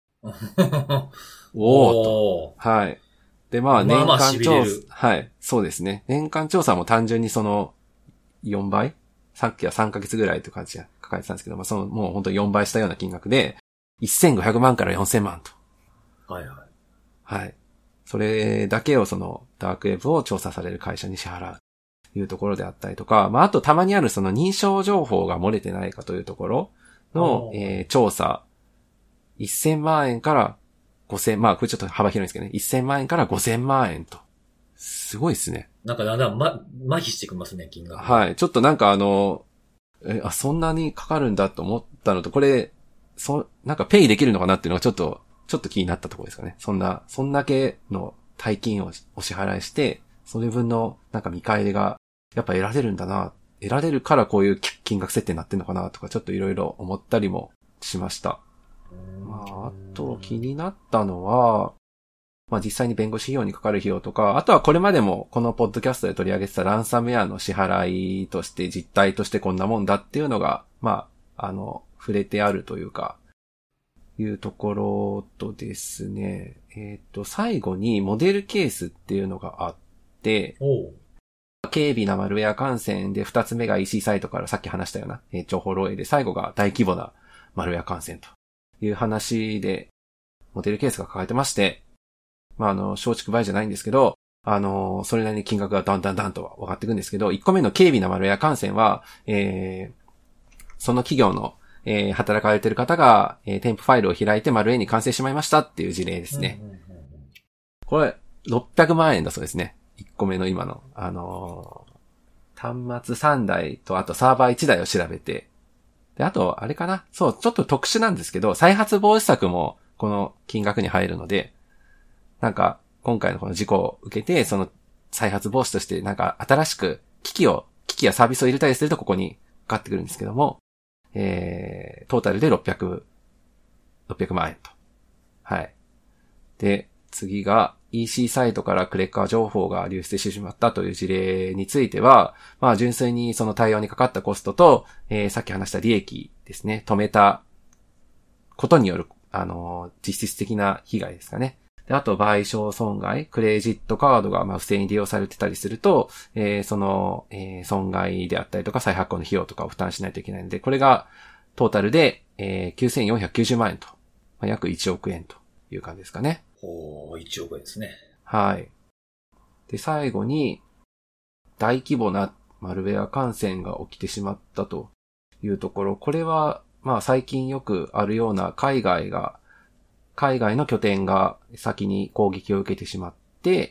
おーと。はい。で、まあ年間調査、はい。そうですね。年間調査も単純にそのよんばいさっきはさんかげつぐらいという感じで書かれてたんですけど、まあそのもう本当よんばいしたような金額で、せんごひゃくまんからよんせんまんと。 はいはい。 はい。それだけをそのダークウェブを調査される会社に支払うというところであったりとか、まああとたまにあるその認証情報が漏れてないかというところの、えー、調査。せんまんえんからごせん、まあこれちょっと幅広いんですけどね。せんまんえんからごせんまんえんと。すごいですね。 なんかだんだんま、麻痺してきますね、金額。 はい。ちょっとなんかあの、え、あ、そんなにかかるんだと思ったのと、これ、そ、なんかペイできるのかなっていうのがちょっと、ちょっと気になったところですかね。そんな、そんだけの大金をお支払いして、それ分のなんか見返りがやっぱ得られるんだな。得られるからこういう金額設定になってんのかなとかちょっといろいろ思ったりもしました。まあ、あと気になったのは、まあ実際に弁護士費用にかかる費用とか、あとはこれまでもこのポッドキャストで取り上げてたランサムウェアの支払いとして実態としてこんなもんだっていうのが、まあ、あの、触れてあるというか、いうところとですね、えっと、最後にモデルケースっていうのがあって、軽微なマルウェア感染で二つ目が イーシー サイトからさっき話したような、えー、情報漏洩で最後が大規模なマルウェア感染という話で、モデルケースが抱えてまして、まあ、あの、松竹梅じゃないんですけど、あの、それなりに金額がだんだんだんと上がっていくんですけど、いっこめの軽微なマルウェア感染は、えー、その企業のえー、働かれている方が、えー、添付ファイルを開いてマルウェアに完成してしまいましたっていう事例ですね。うんうんうんうん、これ、ろっぴゃくまんえんだそうですね。いっこめの今の、あのー、端末さんだいとあとサーバーいちだいを調べて、で、あと、あれかな、そう、ちょっと特殊なんですけど、再発防止策もこの金額に入るので、なんか、今回のこの事故を受けて、その再発防止としてなんか新しく機器を、機器やサービスを入れたりするとここにかかってくるんですけども、えー、トータルでろっぴゃく、ろっぴゃくまんえんと。はい。で、次が イーシー サイトからクレッカー情報が流出してしまったという事例については、まあ純粋にその対応にかかったコストと、えー、さっき話した利益ですね、止めたことによる、あのー、実質的な被害ですかね。で、あと賠償損害、クレジットカードがまあ不正に利用されてたりすると、えー、その、えー、損害であったりとか再発行の費用とかを負担しないといけないので、これがトータルで、えー、きゅうせんよんひゃくきゅうじゅうまんえんと、まあ、約いちおくえんという感じですかね。 おー、いちおくえんですね。 はい。で、最後に、大規模なマルウェア感染が起きてしまったというところ、これは、まあ最近よくあるような海外が、海外の拠点が先に攻撃を受けてしまって、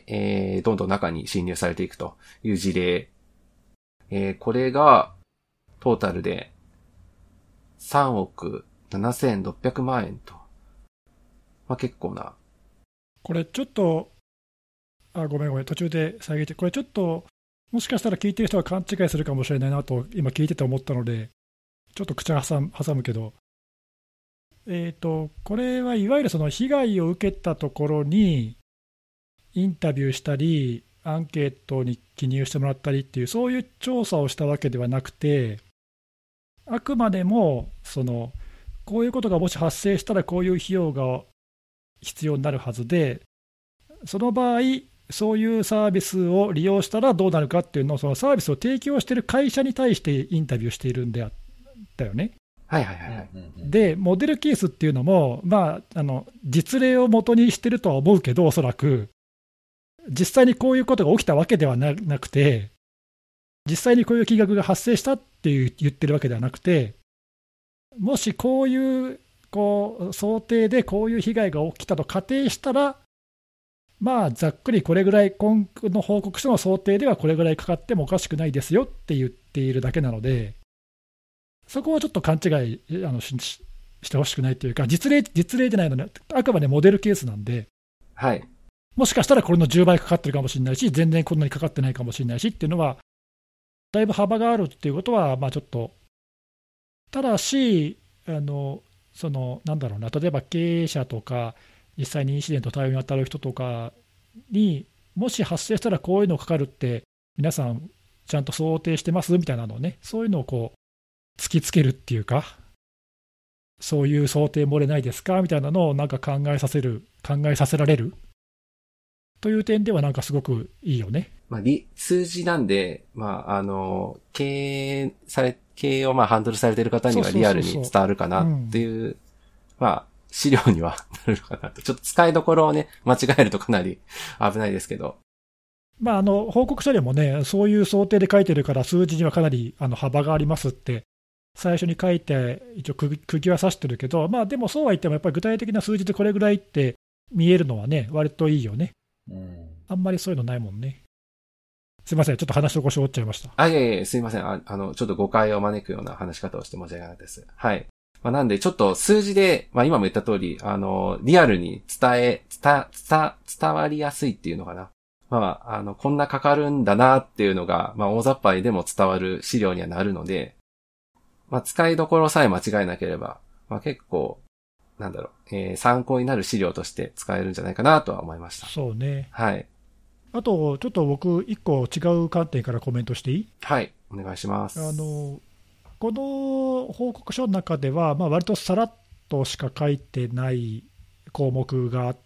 えー、どんどん中に侵入されていくという事例。えー、これが、トータルでさんおくななせんろっぴゃくまんえんと。まあ結構な。 これちょっと、あ、ごめんごめん、途中で遮って、これちょっと、もしかしたら聞いてる人は勘違いするかもしれないなと、今聞いてて思ったので、ちょっと口挟む、挟むけど、えっと、これはいわゆるその被害を受けたところに、インタビューしたり、アンケートに記入してもらったりっていう、そういう調査をしたわけではなくて、あくまでも、その、こういうことがもし発生したら、こういう費用が必要になるはずで、その場合、そういうサービスを利用したらどうなるかっていうのを、そのサービスを提供している会社に対してインタビューしているんだよね。 はいはいはい、はい。 で、モデルケースっていうのも、まあ、あの実例を元にしてるとは思うけど、おそらく、実際にこういうことが起きたわけではなくて、実際にこういう金額が発生したっていう言ってるわけではなくて、もしこういう、こう想定でこういう被害が起きたと仮定したら、まあ、ざっくりこれぐらい、今の報告書の想定ではこれぐらいかかってもおかしくないですよって言っているだけなので、そこはちょっと勘違いあの し, してほしくないというか、実例、実例じゃないので、あくまでモデルケースなんで、 はい、 もしかしたらこれのじゅうばいかかってるかもしれないし、全然こんなにかかってないかもしれないしっていうのは、だいぶ幅があるっていうことは、まあちょっと、ただし、あのそのなんだろうな、例えば経営者とか、実際にインシデント対応に当たる人とかに、もし発生したらこういうのかかるって、皆さん、ちゃんと想定してますみたいなのをね、そういうのをこう突きつけるっていうか、そういう想定漏れないですかみたいなのをなんか考えさせる、考えさせられるという点では、なんかすごくいいよね。 まあ、数字なんで、まあ、あの、経営され、経営をまあハンドルされている方にはリアルに伝わるかなっていう、まあ、資料にはなるのかなと。ちょっと使いどころをね、間違えるとかなり危ないですけど。 まあ、あの、報告書でもね、そういう想定で書いてるから、数字にはかなりあの幅がありますって、最初に書いて、一応く、釘は刺してるけど、まあ、でもそうは言っても、やっぱり具体的な数字でこれぐらいって見えるのはね、割といいよね。うん、あんまりそういうのないもんね。すいません、ちょっと話の腰折っちゃいました。 あ、いやいや、すいません。あ、あの、ちょっと誤解を招くような話し方をして申し訳なかったです。はい。まあ、なんで、ちょっと数字で、まあ今も言った通り、あの、リアルに伝え、伝、伝、伝わりやすいっていうのかな。まあ、あの、こんなかかるんだなっていうのが、まあ大雑把でも伝わる資料にはなるので、まあ使いどころさえ間違えなければ、まあ結構、なんだろう、えー、参考になる資料として使えるんじゃないかなとは思いました。 そうね。 はい。 あと、ちょっと僕、一個違う観点からコメントしていい？ はい、お願いします。 あの、この報告書の中では、まあ、割とさらっとしか書いてない項目があって、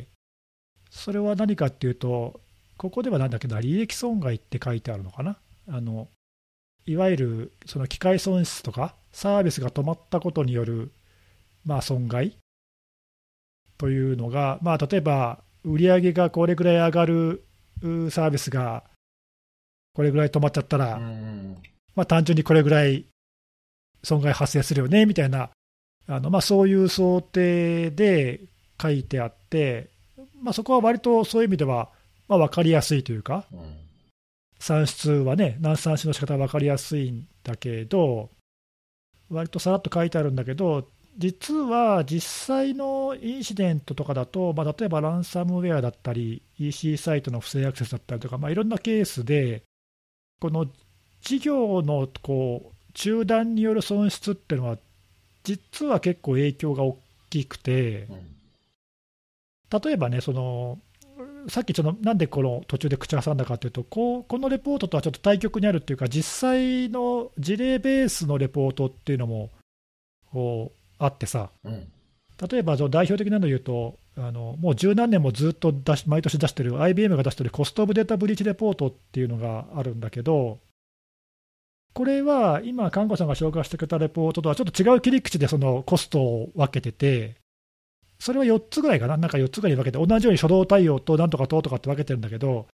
それは何かっていうと、ここではなんだけど、利益損害って書いてあるのかな。あのいわゆるその機械損失とか、サービスが止まったことによる、まあ、損害というのが、まあ、例えば、売上がこれぐらい上がるサービスがこれぐらい止まっちゃったら、まあ、単純にこれぐらい損害発生するよねみたいな、あのまあそういう想定で書いてあって、まあ、そこは割とそういう意味ではまあ分かりやすいというか、うん、算出はね、算出の仕方は分かりやすいんだけど、割とさらっと書いてあるんだけど、実は実際のインシデントとかだと、まあ、例えばランサムウェアだったり、イーシー サイトの不正アクセスだったりとか、まあ、いろんなケースで、この事業のこう中断による損失っていうのは、実は結構影響が大きくて、例えばね、そのさっきちょっとなんでこの途中で口挟んだかというと、こうこのレポートとはちょっと対極にあるっていうか、実際の事例ベースのレポートっていうのもこうあってさ、うん、例えば代表的なのを言うと、あのもう十何年もずっと出し毎年出してる アイビーエム が出してるコストオブデータブリーチレポートっていうのがあるんだけど、これは今、看護さんが紹介してくれたレポートとはちょっと違う切り口でそのコストを分けてて、それはよっつぐらいかな、なんかよっつぐらいに分けて、同じように初動対応となんとかととかって分けてるんだけど、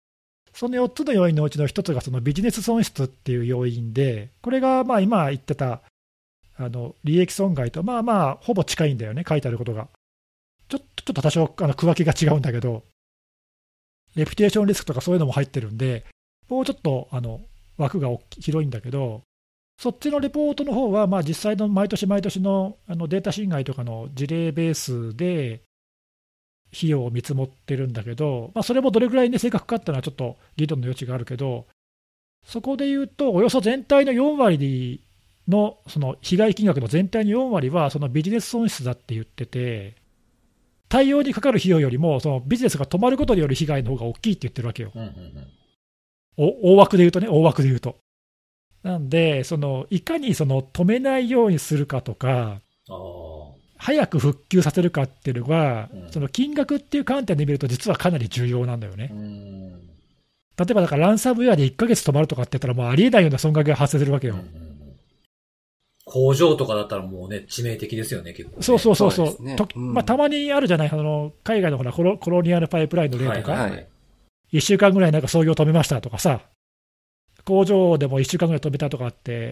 そのよっつの要因のうちのひとつがそのビジネス損失っていう要因で、これがまあ今言ってたあの利益損害とまあまあほぼ近いんだよね、書いてあることが。ちょっとちょっと多少あの区分けが違うんだけど、レピュテーションリスクとかそういうのも入ってるんで、もうちょっとあの枠が大き広いんだけど、そっちのレポートの方はまあ実際の毎年毎年のあのデータ侵害とかの事例ベースで費用を見積もってるんだけど、まあ、それもどれぐらい、ね、正確かっていうのはちょっと議論の余地があるけど、そこで言うと、およそ全体のよん割のその被害金額の全体のよん割はそのビジネス損失だって言ってて、対応にかかる費用よりもそのビジネスが止まることによる被害の方が大きいって言ってるわけよ。うんうんうん、お大枠で言うとね、大枠で言うと。なんで、そのいかにその止めないようにするかとか、あ早く復旧させるかっていうのが、うん、その金額っていう観点で見ると、実はかなり重要なんだよね。うん例えば、だからランサムウェアでいっかげつ止まるとかって言ったら、もうありえないような損害が発生するわけよ。うんうん、 工場とかだったらもうね、致命的ですよね、結構、ね。 そうそうそうそう、ねうんまあ、たまにあるじゃない、あの海外のほらコロ、コロニアルパイプラインの例とか、はいはい、いっしゅうかんぐらいなんか操業止めましたとかさ、工場でもいっしゅうかんぐらい止めたとかって、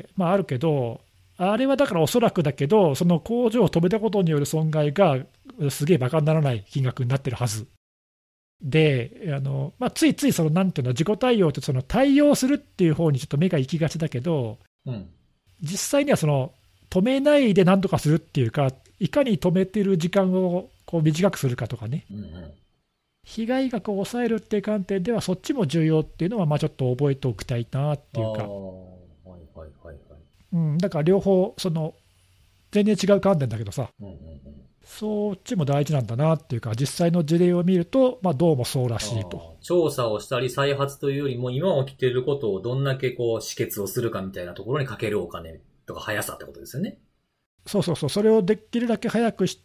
まあ、あるけど、あれはだからおそらくだけど、その工場を止めたことによる損害がすげえバカにならない金額になってるはずで、あのまあ、ついついそのなんていうの自己対応ってその対応するっていう方にちょっと目が行きがちだけど、うん、実際にはその止めないでなんとかするっていうか、いかに止めてる時間をこう短くするかとかね、うんうん、被害額を抑えるっていう観点ではそっちも重要っていうのはまあちょっと覚えておきたいなっていうか。はいはいはいうん、だから両方その全然違う観点だけどさ、うんうんうん、そっちも大事なんだなっていうか、実際の事例を見ると、まあ、どうもそうらしいと。 調査をしたり再発というよりも、今起きていることをどんだけこう止血をするかみたいなところにかけるお金とか速さってことですよね。 そうそうそう、それをできるだけ早くして、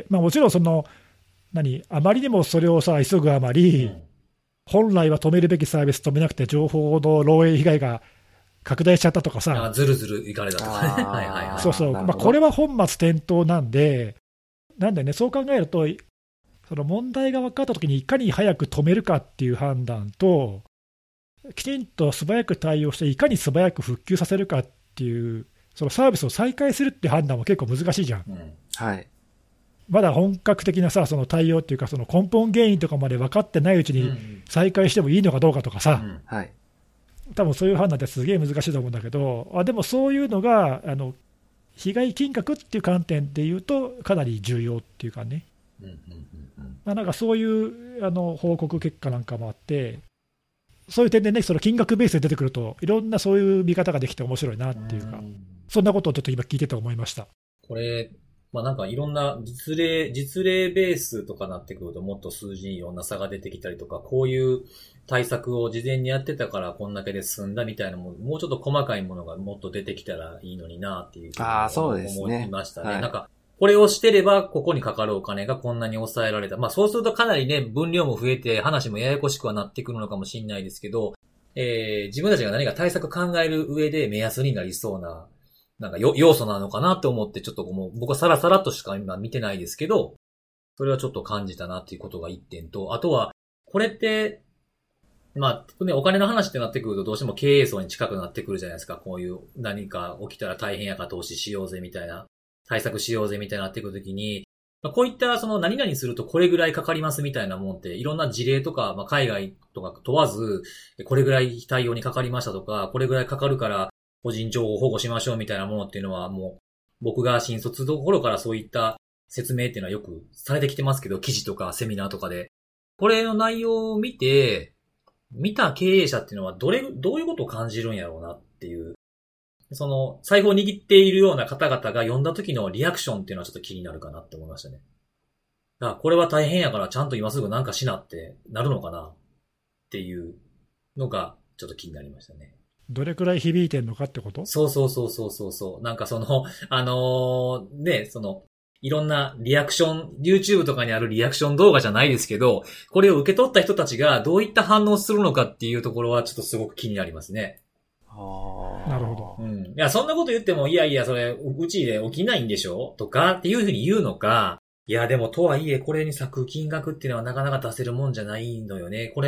まあ、もちろんその何あまりにもそれをさ急ぐあまり、うん、本来は止めるべきサービス止めなくて情報の漏洩被害が拡大しちゃったとかさ、 ずるずるいかれたとかね。はいはいはい。 そうそう、まあ、これは本末転倒なんで、なんでね、そう考えると、その問題が分かったときにいかに早く止めるかっていう判断と、きちんと素早く対応して、いかに素早く復旧させるかっていう、そのサービスを再開するっていう判断も結構難しいじゃん。うん、はい。まだ本格的なさ、その対応っていうか、その根本原因とかまで分かってないうちに再開してもいいのかどうかとかさ。うんうん、はい。多分そういう判断ってすげえ難しいと思うんだけど、あでもそういうのがあの被害金額っていう観点でいうとかなり重要っていうかね、うんうんうんうんまあ、なんかそういうあの報告結果なんかもあって、そういう点でね、その金額ベースで出てくるといろんなそういう見方ができて面白いなっていうか、うん、そんなことをちょっと今聞いてて思いました。 これまあなんかいろんな実例、実例ベースとかなってくるともっと数字にいろんな差が出てきたりとか、こういう対策を事前にやってたからこんだけで済んだみたいなもの、もうちょっと細かいものがもっと出てきたらいいのになっていうふうに思いましたね。はい、なんか、これをしてればここにかかるお金がこんなに抑えられた。まあそうするとかなりね、分量も増えて話もややこしくはなってくるのかもしれないですけど、えー、自分たちが何か対策考える上で目安になりそうな、なんか要素なのかなと思って、ちょっともう僕はサラサラとしか今見てないですけど、それはちょっと感じたなっていうことが一点と、あとは、これって、まあ、ね、お金の話ってなってくるとどうしても経営層に近くなってくるじゃないですか。こういう何か起きたら大変やから投資しようぜみたいな、対策しようぜみたいになってくるときに、まあ、こういったその何々するとこれぐらいかかりますみたいなもんっていろんな事例とか、まあ、海外とか問わず、これぐらい対応にかかりましたとか、これぐらいかかるから個人情報保護しましょうみたいなものっていうのはもう僕が新卒の頃からそういった説明っていうのはよくされてきてますけど、記事とかセミナーとかで。これの内容を見て、見た経営者っていうのはどれ、どういうことを感じるんやろうなっていう。その、財布を握っているような方々が読んだ時のリアクションっていうのはちょっと気になるかなって思いましたね。だからこれは大変やからちゃんと今すぐなんかしなってなるのかなっていうのがちょっと気になりましたね。 どれくらい響いてんのかってこと？ そうそうそうそうそうそう。なんかその、あのー、ね、その、いろんなリアクション、YouTube とかにあるリアクション動画じゃないですけど、これを受け取った人たちがどういった反応をするのかっていうところはちょっとすごく気になりますね。 ああ。なるほど。 うん。いや、そんなこと言っても、いやいや、それ、うちで起きないんでしょとかっていうふうに言うのか、いや、でもとはいえ、これに割く金額っていうのはなかなか出せるもんじゃないのよね。これ、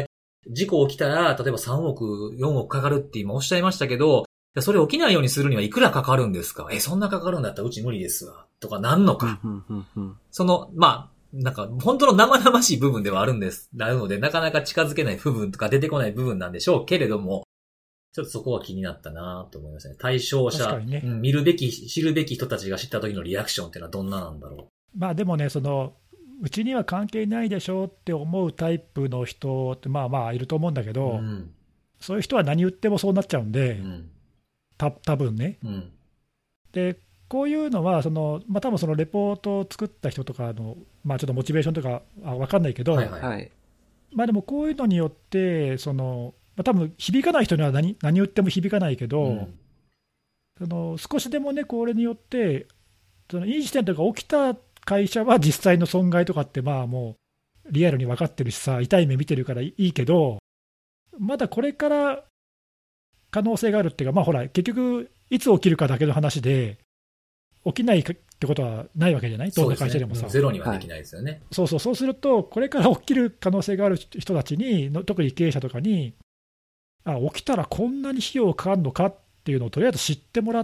事故起きたら、例えばさんおく、よんおくかかるって今おっしゃいましたけど、それ起きないようにするにはいくらかかるんですか？え、そんなかかるんだったらうち無理ですわ。とかなんのか。その、まあ、なんか、本当の生々しい部分ではあるんです。なるので、なかなか近づけない部分とか出てこない部分なんでしょうけれども、ちょっとそこは気になったなと思いましたね。対象者、ね、うん、見るべき、知るべき人たちが知った時のリアクションっていうのはどんななんだろう。 まあでもね、その、うちには関係ないでしょうって思うタイプの人ってまあまあいると思うんだけど、うん、そういう人は何言ってもそうなっちゃうんで、うん、た多分ね、うん、でこういうのはその、まあ、多分そのレポートを作った人とかの、まあ、ちょっとモチベーションとか分かんないけど、はいはい、まあ、でもこういうのによってその、まあ、多分響かない人には 何, 何言っても響かないけど、うん、その少しでもねこれによってそのインシデントが起きた会社は実際の損害とかってまあもうリアルに分かってるしさ、痛い目見てるからいいけど、まだこれから可能性があるっていうか、まあほら結局いつ起きるかだけの話で起きないってことはないわけじゃない、どんな会社でもさ、 ゼロにはできないですよね、はい、 そうそう、そうするとこれから起きる可能性がある人たちに、特に経営者とかに、あ起きたらこんなに費用かかるのかっていうのをとりあえず知ってもらって、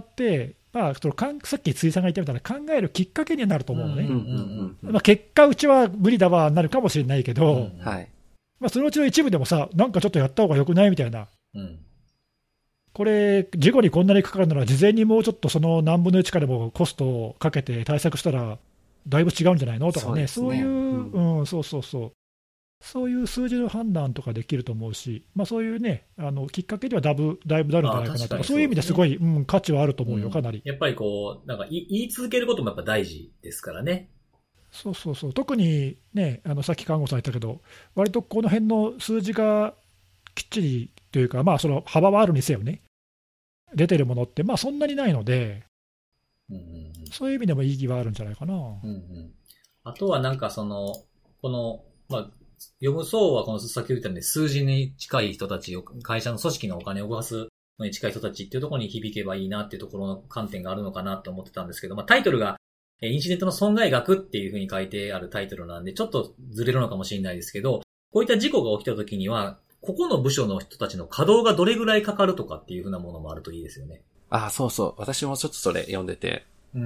まあ、そのかんさっき辻さんが言ったみたいな考えるきっかけになると思うのね、まあ、結果うちは無理だわなるかもしれないけど、うんうんはいまあ、そのうちの一部でもさ、なんかちょっとやった方がよくないみたいな、うん、これ事故にこんなにかかるなら事前にもうちょっとその何分のいちかでもコストをかけて対策したらだいぶ違うんじゃないのとかね、そういう、うんうん、そうそうそうそういう数字の判断とかできると思うし、まあ、そういうね、あのきっかけにはだいぶ、だいぶなるんじゃないかなとか、そういう意味ですごい、うん、価値はあると思うよ、かなり。 やっぱりこう、なんか言い続けることもやっぱ大事ですからね。 そうそうそう、特にね、あのさっき看護さん言ったけど、割とこの辺の数字がきっちりというか、まあ、その幅はあるにせよね、出てるものって、まあ、そんなにないので、うんうんうん、そういう意味でも意義はあるんじゃないかな。うんうん、 あとはなんかその、この、まあ読む層はこの先ほど言ったように数字に近い人たちを、会社の組織のお金を動かすのに近い人たちっていうところに響けばいいなっていうところの観点があるのかなと思ってたんですけど、まあタイトルがインシデントの損害額っていう風に書いてあるタイトルなんでちょっとずれるのかもしれないですけど、こういった事故が起きた時には、ここの部署の人たちの稼働がどれぐらいかかるとかっていう風なものもあるといいですよね。 ああ、そうそう。私もちょっとそれ読んでて。 うん。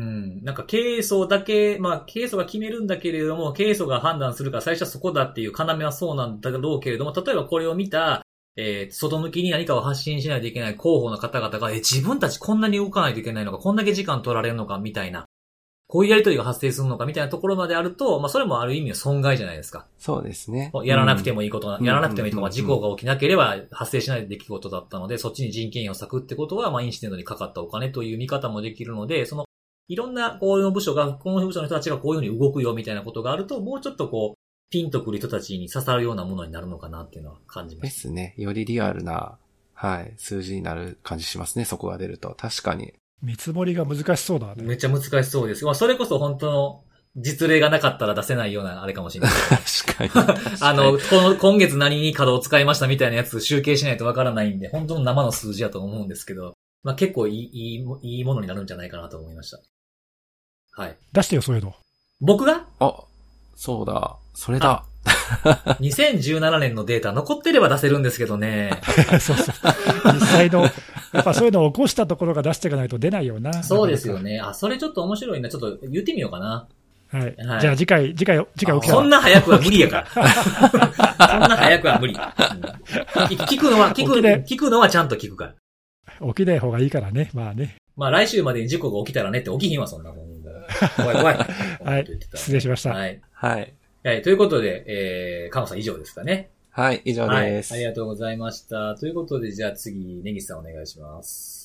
なんか経営層だけ、まあ経営層が決めるんだけれども、経営層が判断するから最初はそこだっていう要はそうなんだろうけれども、例えばこれを見た、えー、外向きに何かを発信しないといけない広報の方々が、え、自分たちこんなに動かないといけないのか、こんだけ時間取られるのか、みたいな。こういうやりとりが発生するのか、みたいなところまであると、まあそれもある意味の損害じゃないですか。 そうですね。 やらなくてもいいこと、うん、やらなくてもいいとか、事故が起きなければ発生しない出来事だったので、そっちに人件費を割くってことは、まあインシデントにかかったお金という見方もできるので、その、いろんなこういう部署が、この部署の人たちがこういうふうに動くよみたいなことがあると、もうちょっとこう、ピンとくる人たちに刺さるようなものになるのかなっていうのは感じます。 ですね。よりリアルな、はい、数字になる感じしますね、そこが出ると。確かに。 見積もりが難しそうだね。 めっちゃ難しそうです。まあ、それこそ本当の実例がなかったら出せないようなあれかもしれない。 確かに。 あの、この、今月何に稼働を使いましたみたいなやつ集計しないとわからないんで、本当の生の数字だと思うんですけど、まあ結構いい、いい、いいものになるんじゃないかなと思いました。はい。 出してよ、そういうの。 僕があ、そうだ。それだ。 にせんじゅうななねんのデータ残ってれば出せるんですけどね。 そうそう。実際の、やっぱそういうのを起こしたところが出していかないと出ないよな。 そうですよね。あ、それちょっと面白いな。ちょっと言ってみようかな。 はい。はい、じゃあ次回、次回、次回起きたら。そんな早くは無理やから。そんな早くは無理。うん、聞くのは、聞く、聞くのはちゃんと聞くから。 起きない方がいいからね。まあね。 まあ来週までに事故が起きたらねって起きひんわ、そんなもん。怖い怖い。 はい。失礼しました。 はい。 はい。 はい。ということで、えー、カノさん以上ですかね。 はい、以上です、 はい。ありがとうございました。ということで、じゃあ次、根岸さんお願いします。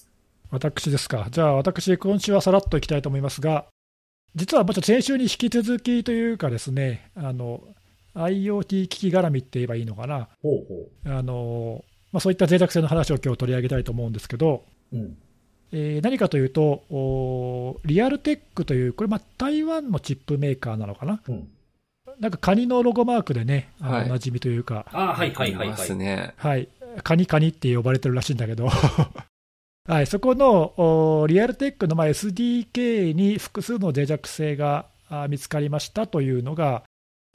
私ですか。じゃあ私、今週はさらっといきたいと思いますが、実はもうちょっと先週に引き続きというかですね、あの、IoT 機器絡みって言えばいいのかな。 ほうほう。あの、まあ、そういった脆弱性の話を今日取り上げたいと思うんですけど、うんえー、何かというと、リアルテックという、これ、まあ、台湾のチップメーカーなのかな、うん、なんかカニのロゴマークでね、あの、はい、おなじみというか、 あはいはいはいはい、 ね、 はい、カニカニって呼ばれてるらしいんだけど、はい、そこのリアルテックのまあ エスディーケー に複数の脆弱性が見つかりましたというのが、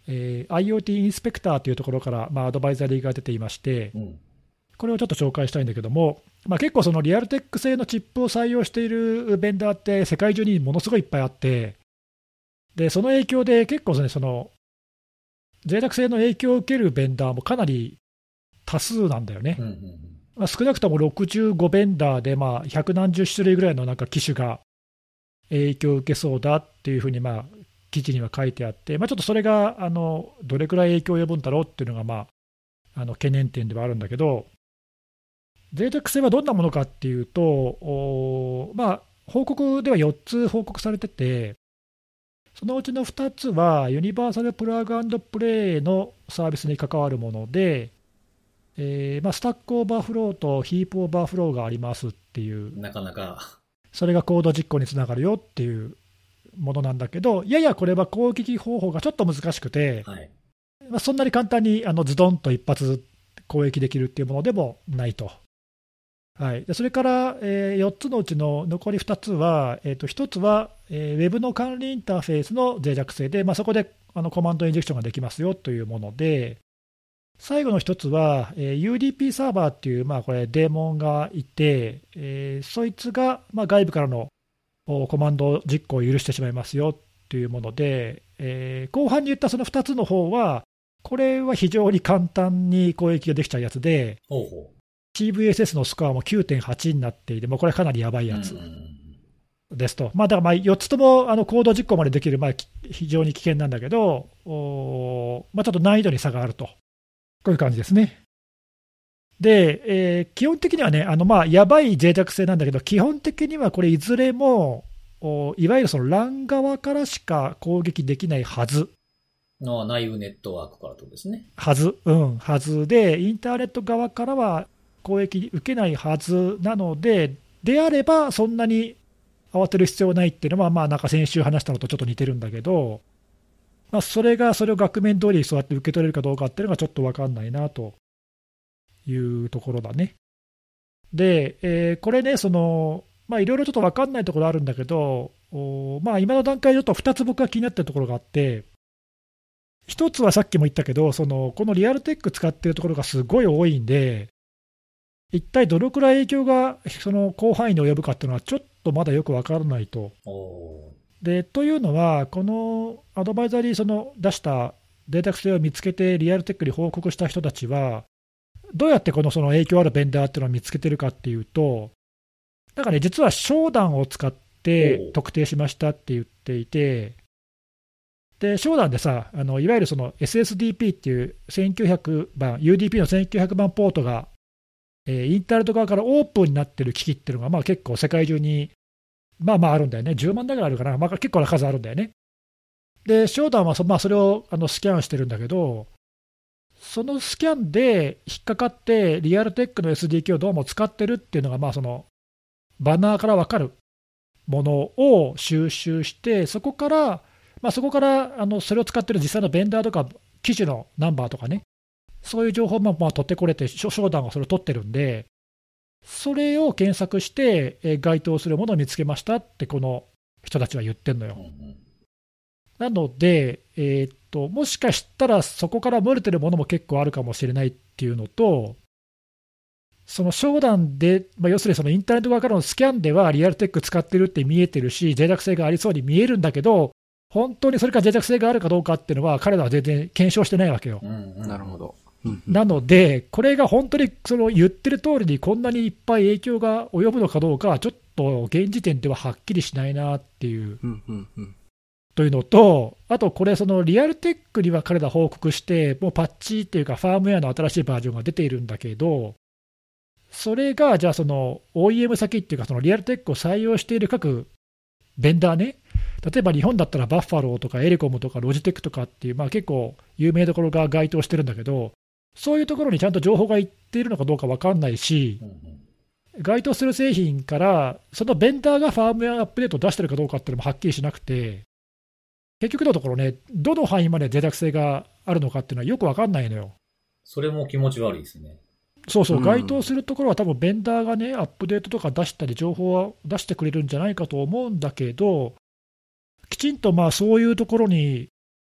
えー、IoT インスペクターというところから、まあ、アドバイザリーが出ていまして、うん、これをちょっと紹介したいんだけども、まあ、結構そのリアルテック製のチップを採用しているベンダーって世界中にものすごいいっぱいあって、でその影響で結構その、その脆弱性の影響を受けるベンダーもかなり多数なんだよね。うんうんうん、まあ、少なくともろくじゅうごベンダーで、まあ、百何十種類ぐらいのなんか機種が影響を受けそうだっていうふうに、まあ、記事には書いてあって、まあ、ちょっとそれがあのどれくらい影響を及ぶんだろうっていうのが、まあ、あの懸念点ではあるんだけど、脆弱性はどんなものかっていうと、おまあ、報告ではよっつ報告されてて、そのうちのふたつはユニバーサルプラグ&プレイのサービスに関わるもので、えーまあ、スタックオーバーフローとヒープオーバーフローがありますっていう、 なかなかそれがコード実行につながるよっていうものなんだけど、ややこれは攻撃方法がちょっと難しくて、はい、まあ、そんなに簡単にあのズドンと一発攻撃できるっていうものでもないと。はい、でそれから、えー、よっつのうちの残りふたつは、えー、とひとつは、えー、ウェブの管理インターフェースの脆弱性で、まあ、そこであのコマンドインジェクションができますよというもので、最後のひとつは、えー、ユーディーピー サーバーっていう、まあ、これデーモンがいて、えー、そいつが、まあ、外部からのコマンド実行を許してしまいますよというもので、えー、後半に言ったそのふたつの方は、これは非常に簡単に攻撃ができちゃうやつで、ほうほう、シーブイエスエス のスコアも きゅうてんはち になっていて、もうこれかなりやばいやつですと。まあ、だからまあよっつともあのコード実行までできる、まあ、非常に危険なんだけど、おまあ、ちょっと難易度に差があると。こういう感じですね。で、えー、基本的にはね、あのまあやばい脆弱性なんだけど、基本的にはこれいずれも、いわゆるその ラン 側からしか攻撃できないはず。 の内部ネットワークからとですね。 はず、うん、はずで、インターネット側からは攻撃受けないはずなので、であれば、そんなに慌てる必要ないっていうのは、まあなんか先週話したのとちょっと似てるんだけど、まあ、それがそれを額面通りそうやって受け取れるかどうかっていうのがちょっと分かんないなというところだね。で、えー、これね、その、まあいろいろちょっと分かんないところあるんだけど、まあ今の段階でちょっとふたつ僕が気になってるところがあって、ひとつはさっきも言ったけど、そのこのリアルテック使ってるところがすごい多いんで、一体どのくらい影響がその広範囲に及ぶかっていうのはちょっとまだよく分からないと。でというのは、このアドバイザリーその出した脆弱性を見つけてリアルテックに報告した人たちは、どうやってこのその影響あるベンダーっていうのを見つけてるかっていうと、なんかね、実は商談を使って特定しましたって言っていて、で商談でさ、あのいわゆるその エスエスディーピー っていうせんきゅうひゃくばん、ユーディーピー のせんきゅうひゃくばんポートが、えー、インターネット側からオープンになってる機器っていうのが、まあ結構世界中に、まあまああるんだよね、じゅうまんだけあるかな、まあ、結構な数あるんだよね。で、商談はそ、まあ、それをあのスキャンしてるんだけど、そのスキャンで引っかかって、リアルテックの エスディーケー をどうも使ってるっていうのが、まあそのバナーから分かるものを収集して、そこから、まあ、そこからあのそれを使ってる実際のベンダーとか、機種のナンバーとかね、そういう情報もまあ取ってこれて、商談はそれを取ってるんで、それを検索して、え該当するものを見つけましたって、この人たちは言ってるのよ。なので、えーっと、もしかしたらそこから漏れてるものも結構あるかもしれないっていうのと、その商談で、まあ、要するにそのインターネット側からのスキャンではリアルテック使ってるって見えてるし、脆弱性がありそうに見えるんだけど、本当にそれから脆弱性があるかどうかっていうのは、彼らは全然検証してないわけよ。 うんうん、なるほど。 なので、これが本当にその言ってる通りにこんなにいっぱい影響が及ぶのかどうかは、ちょっと現時点でははっきりしないなっていう。 うんうんうんというのと、あとこれ、そのリアルテックには彼ら報告して、もうパッチっていうか、ファームウェアの新しいバージョンが出ているんだけど、それがじゃあ、その オーイーエム 先っていうか、そのリアルテックを採用している各ベンダーね、例えば日本だったらバッファローとかエレコムとかロジテックとかっていう、まあ、結構有名どころが該当してるんだけど、そういうところにちゃんと情報がいっているのかどうか分かんないし、該当する製品から、そのベンダーがファームウェアアップデートを出してるかどうかっていうのもはっきりしなくて、結局のところね、どの範囲まで脆弱性があるのかっていうのはよく分かんないのよ。 それも気持ち悪いですね。 そうそう、該当するところは多分ベンダーがね、アップデートとか出したり、情報を出してくれるんじゃないかと思うんだけど、きちんとまあそういうところに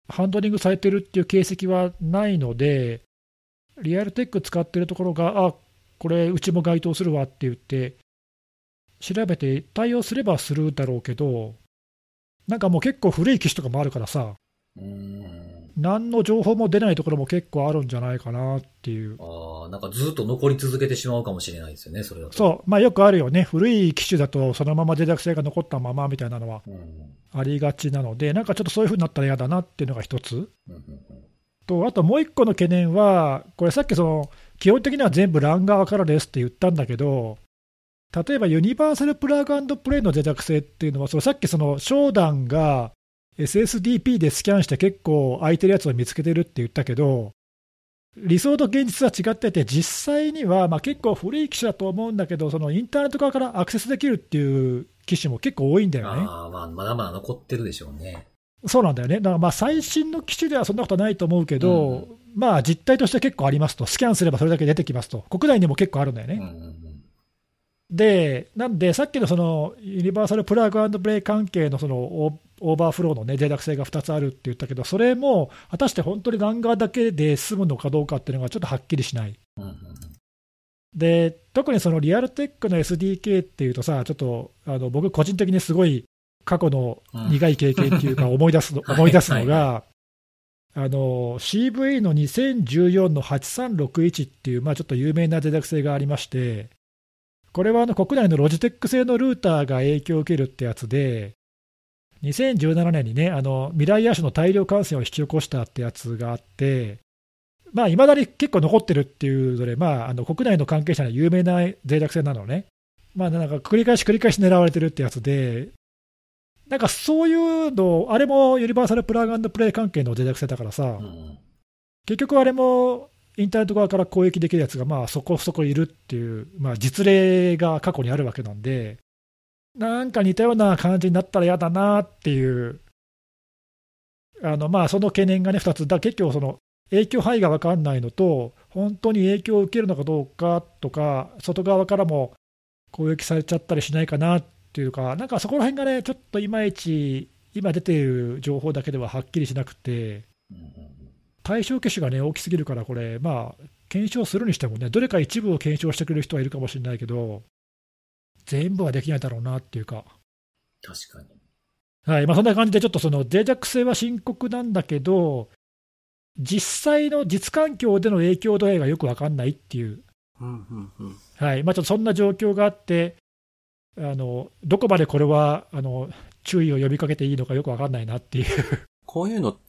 ハンドリングされてるっていう形跡はないので、リアルテック使ってるところが、あ、これ、うちも該当するわって言って、調べて対応すればするだろうけど、なんかもう結構古い機種とかもあるからさ、うーん、何の情報も出ないところも結構あるんじゃないかなっていう。 ああ、なんかずっと残り続けてしまうかもしれないですよね、それだと。 そう、まあよくあるよね、古い機種だとそのまま脆弱性が残ったままみたいなのはありがちなので、なんかちょっとそういう風になったら嫌だなっていうのが一つ。うんうんうん、と、あともう一個の懸念は、これさっきその、基本的には全部ラン側からですって言ったんだけど、例えばユニバーサルプラグ&プレイの脆弱性っていうのは、そのさっきその商談が エスエスディーピー でスキャンして結構空いてるやつを見つけてるって言ったけど、理想と現実は違ってて、実際にはまあ結構古い機種だと思うんだけど、そのインターネット側からアクセスできるっていう機種も結構多いんだよね。 あ、まあ、まだまだ残ってるでしょうね。 そうなんだよね。だからまあ最新の機種ではそんなことないと思うけど、うん、まあ実態として結構ありますと、スキャンすればそれだけ出てきますと、国内にも結構あるんだよね。うんうんうん、で、なんでさっきのそのユニバーサルプラグ&プレイ関係のそのオーバーフローのね、脆弱性がふたつあるって言ったけど、それも果たして本当にランガーだけで済むのかどうかっていうのがちょっとはっきりしない。うんうんうん、で、特にそのリアルテックの エスディーケー っていうとさ、ちょっとあの僕個人的にすごい過去の苦い経験っていうか思い出すの、うん、思い出すのが、はいはい、あの シーブイ のにせんじゅうよんのはちさんろくいちっていう、まあ、ちょっと有名な脆弱性がありまして、これはあの国内のロジテック製のルーターが影響を受けるってやつで、にせんじゅうななねんにね、あのミライア種の大量感染を引き起こしたってやつがあって、まあ、未だに結構残ってるっていうので、まあ、あの国内の関係者には有名な脆弱性なのね、まあ、なんか繰り返し繰り返し狙われてるってやつで、なんかそういうの、あれもユニバーサルプラグ&プレイ関係の脆弱性だからさ、うん、結局あれもインターネット側から攻撃できるやつがまあそこそこいるっていう、まあ、実例が過去にあるわけなんで、なんか似たような感じになったら嫌だなっていう、あのまあその懸念がね、ふたつだ、結局その影響範囲が分かんないのと、本当に影響を受けるのかどうかとか、外側からも攻撃されちゃったりしないかなっていうか、なんかそこら辺がね、ちょっといまいち、今出ている情報だけでははっきりしなくて、対象機種がね、大きすぎるから、これ、まあ、検証するにしてもね、どれか一部を検証してくれる人はいるかもしれないけど、全部はできないだろうなっていうか。 確かに。 はい、まあ、そんな感じで、ちょっとその脆弱性は深刻なんだけど、実際の実環境での影響度合いがよく分かんないっていう、うんうんうん、はいまあ、ちょっとそんな状況があって、あのどこまでこれはあの注意を呼びかけていいのかよく分かんないなっていう。 こういうのって、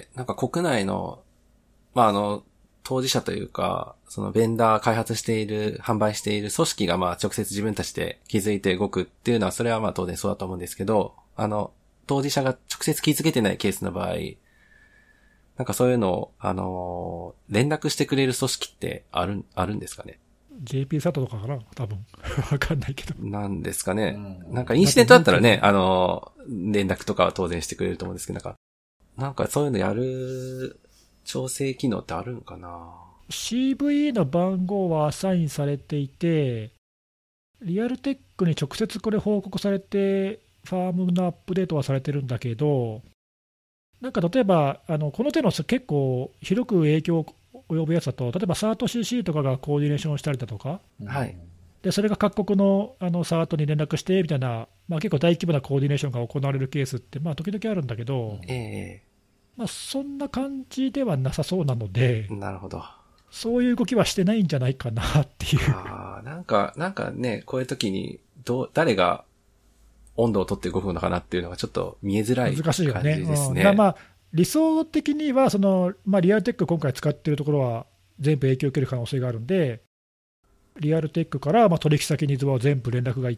なんか国内の、まあ、あの、当事者というか、そのベンダー開発している、販売している組織がまあ直接自分たちで気づいて動くっていうのは、それはまあ当然そうだと思うんですけど、あの、当事者が直接気づけてないケースの場合、なんかそういうのを、あのー、連絡してくれる組織ってある、あるんですかね？ ジェーピー サトとかかな多分。わかんないけど。 なんですかね。うん、なんかインシデントだったらね、あのー、連絡とかは当然してくれると思うんですけど、なんか、なんかそういうのやる調整機能ってあるんかな？ シーブイ の番号はアサインされていて、リアルテックに直接これ報告されて、ファームのアップデートはされてるんだけど、なんか例えば、あのこの手の結構広く影響を及ぶやつだと、例えば サートシーシー とかがコーディネーションしたりだとか、 はい、 でそれが各国のあの サート に連絡してみたいな、まあ、結構大規模なコーディネーションが行われるケースって、まあ、時々あるんだけど、 えーまあ、そんな感じではなさそうなので、 なるほど、 そういう動きはしてないんじゃないかなっていう。 あなんか、なんかね、こういう時にどう、誰が温度を取って動くのかなっていうのがちょっと見えづらい感じですね。難しいよね。 うん、まあ、理想的にはその、まあ、リアルテック今回使っているところは全部影響を受ける可能性があるんで、リアルテックからまあ取引先に全部連絡がいって、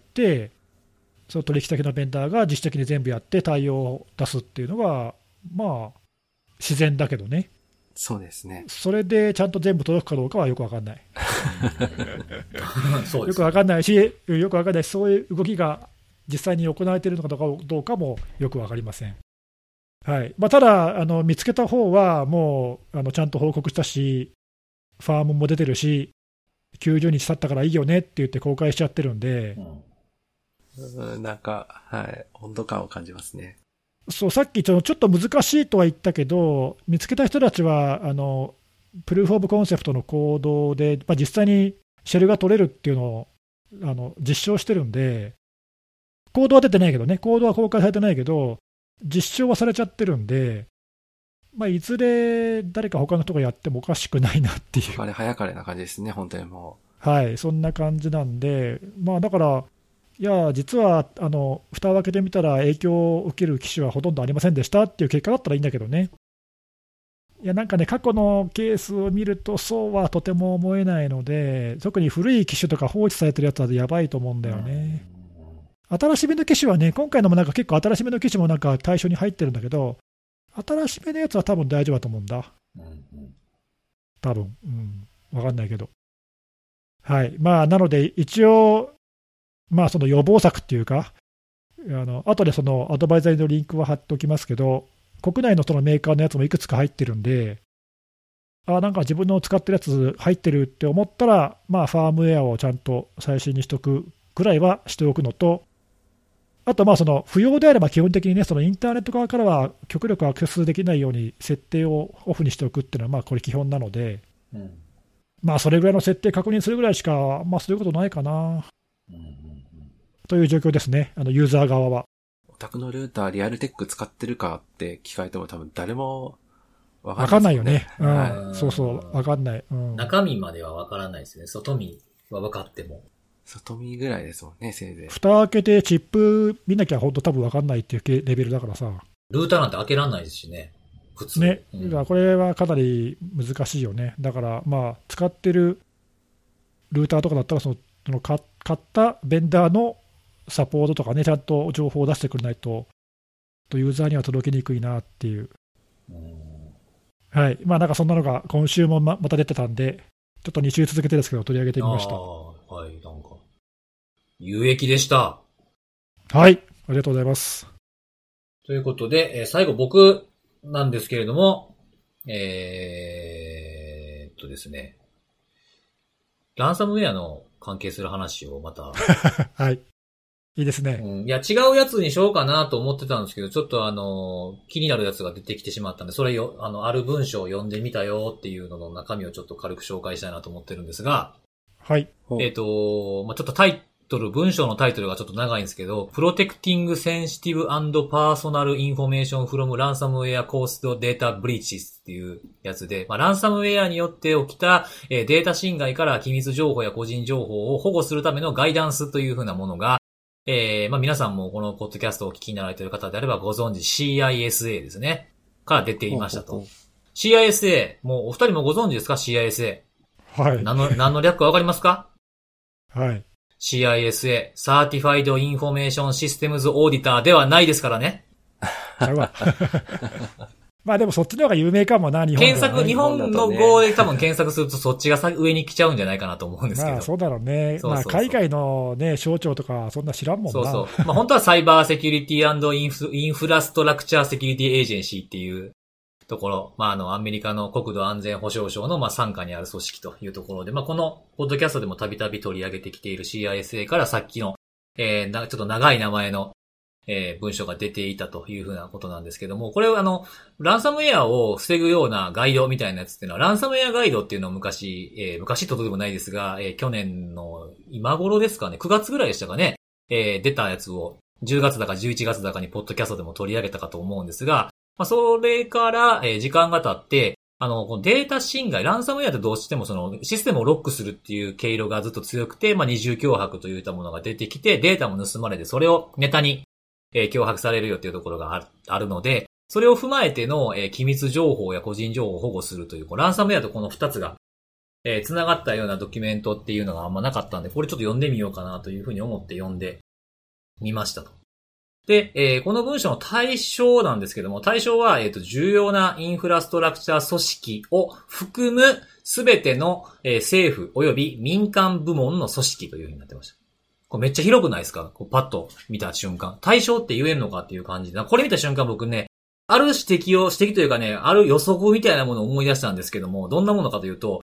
その取引先のベンダーが自主的に全部やって対応を出すっていうのが、まあ、自然だけどね。 そうですね。 それでちゃんと全部届くかどうかはよくわかんない。 そうですね、 よくわかんないし、よくわかんないし、そういう動きが実際に行われているのかどうかもよくわかりません。はいまあ、ただあの、見つけた方はもうあのちゃんと報告したし、ファームも出てるし、きゅうじゅうにち経ったからいいよねって言って公開しちゃってるんで、 うん、なんか、はい、温度感を感じますね。 そう、さっきちょっと難しいとは言ったけど、見つけた人たちは、あの、プルーフ・オブ・コンセプトのコードで、まあ、実際にシェルが取れるっていうのをあの実証してるんで、コードは出てないけどね、コードは公開されてないけど、実証はされちゃってるんで、まあ、いずれ誰か他の人がやってもおかしくないなっていう。 あれ早かれな感じですね、本当にもう。はい、そんな感じなんで、まあ、だから、いや、実はあの蓋を開けてみたら、影響を受ける機種はほとんどありませんでしたっていう結果だったらいいんだけどね。いや、なんかね、過去のケースを見ると、そうはとても思えないので、特に古い機種とか放置されてるやつはやばいと思うんだよね。新しめの機種はね、今回のもなんか結構新しめの機種もなんか対象に入ってるんだけど、新しめのやつは多分大丈夫だと思うんだ。多分、うん、わかんないけど。はい。まあ、なので、一応、まあ、その予防策っていうか、あの後でそのアドバイザリーのリンクは貼っておきますけど、国内のそのメーカーのやつもいくつか入ってるんで、あなんか自分の使ってるやつ入ってるって思ったら、まあ、ファームウェアをちゃんと最新にしとくくらいはしておくのと、あと、まあその不要であれば基本的にね、そのインターネット側からは極力アクセスできないように設定をオフにしておくっていうのは、まあこれ基本なので、うん、まあそれぐらいの設定確認するぐらいしか、まあそういうことないかな、うんうんうん、という状況ですね、あのユーザー側は。 お宅のルーターリアルテック使ってるかって聞かれても多分誰もわかんないよね。うんはい、そうそう、わかんない、うん。 中身まではわからないですね。外身は分かっても。 外見ぐらいですもんね、せいぜい。 蓋開けてチップ見なきゃ本当多分分かんないっていうレベルだからさ。 ルーターなんて開けらんないですしね。普通。 ね。うん、だからこれはかなり難しいよね。だからまあ、使ってるルーターとかだったらその、その買ったベンダーのサポートとかね、ちゃんと情報を出してくれないと、ユーザーには届きにくいなっていう。うんはい。まあなんかそんなのが今週も ま, また出てたんで、ちょっとに週続けてですけど取り上げてみました。 はい、なんか、有益でした。 はい、ありがとうございます。 ということで、えー、最後僕なんですけれども、えーっとですね、ランサムウェアの関係する話をまた。 はい。いいですね、 うん。いや、違うやつにしようかなと思ってたんですけど、ちょっとあの、気になるやつが出てきてしまったんで、それよ、あの、ある文章を読んでみたよっていうのの中身をちょっと軽く紹介したいなと思ってるんですが、 はい。 えっと、まあ、ちょっとタイトル、文章のタイトルがちょっと長いんですけど、Protecting Sensitive and Personal Information from Ransomware Caused Data Breaches っていうやつで、まあ、ランサムウェアによって起きた、えー、データ侵害から機密情報や個人情報を保護するためのガイダンスというふうなものが、えー、まあ、皆さんもこのポッドキャストをお聞きになられている方であればご存知 シーアイエスエー ですね。から出ていましたと。ほうほうほう シーアイエスエー、もうお二人もご存知ですか シーアイエスエー。 はい。 何の、何の略かわかりますかはい。 シーアイエスエー、Certified Information Systems Auditor ではないですからね。 まあでもそっちの方が有名かもな、日本、 ね、検索、日本の語で多分検索するとそっちが上に来ちゃうんじゃないかなと思うんですけど。 まあそうだろうね。そうそうそうまあ海外のね、省庁とかそんな知らんもんな。 そうそう。まあ本当はサイバーセキュリティ&インフ、インフラストラクチャーセキュリティエージェンシーっていうところ、まああのアメリカの国土安全保障省のまあ傘下にある組織というところで、まあこのポッドキャストでもたびたび取り上げてきている シーアイエスエー からさっきの、えー、なちょっと長い名前のえー、文章が出ていたというふうなことなんですけども、これはあの、ランサムウェアを防ぐようなガイドみたいなやつっていうのは、ランサムウェアガイドっていうのを昔、えー、昔ととでもないですが、えー、去年の今頃ですかね、くがつぐらいでしたかね、えー、出たやつをじゅうがつだかじゅういちがつだかにポッドキャストでも取り上げたかと思うんですが、まあ、それから、えー、時間が経って、あの、このデータ侵害、ランサムウェアってどうしてもそのシステムをロックするっていう経路がずっと強くて、まあ、二重脅迫といったものが出てきて、データも盗まれて、それをネタにえー、脅迫されるよっていうところがある、あるので、それを踏まえての、えー、機密情報や個人情報を保護するという、こうランサムウェアとこの二つが、えー、繋がったようなドキュメントっていうのがあんまなかったんで、これちょっと読んでみようかなというふうに思って読んでみましたと。で、えー、この文章の対象なんですけども、対象は、えっと、重要なインフラストラクチャー組織を含むすべての、えー、政府及び民間部門の組織というふうになってました。これめっちゃ広くないですか？こうパッと見た瞬間。対象って言えんのかっていう感じで。これ見た瞬間僕ね、ある指摘を、指摘というかね、ある予測みたいなものを思い出したんですけども、どんなものかというと、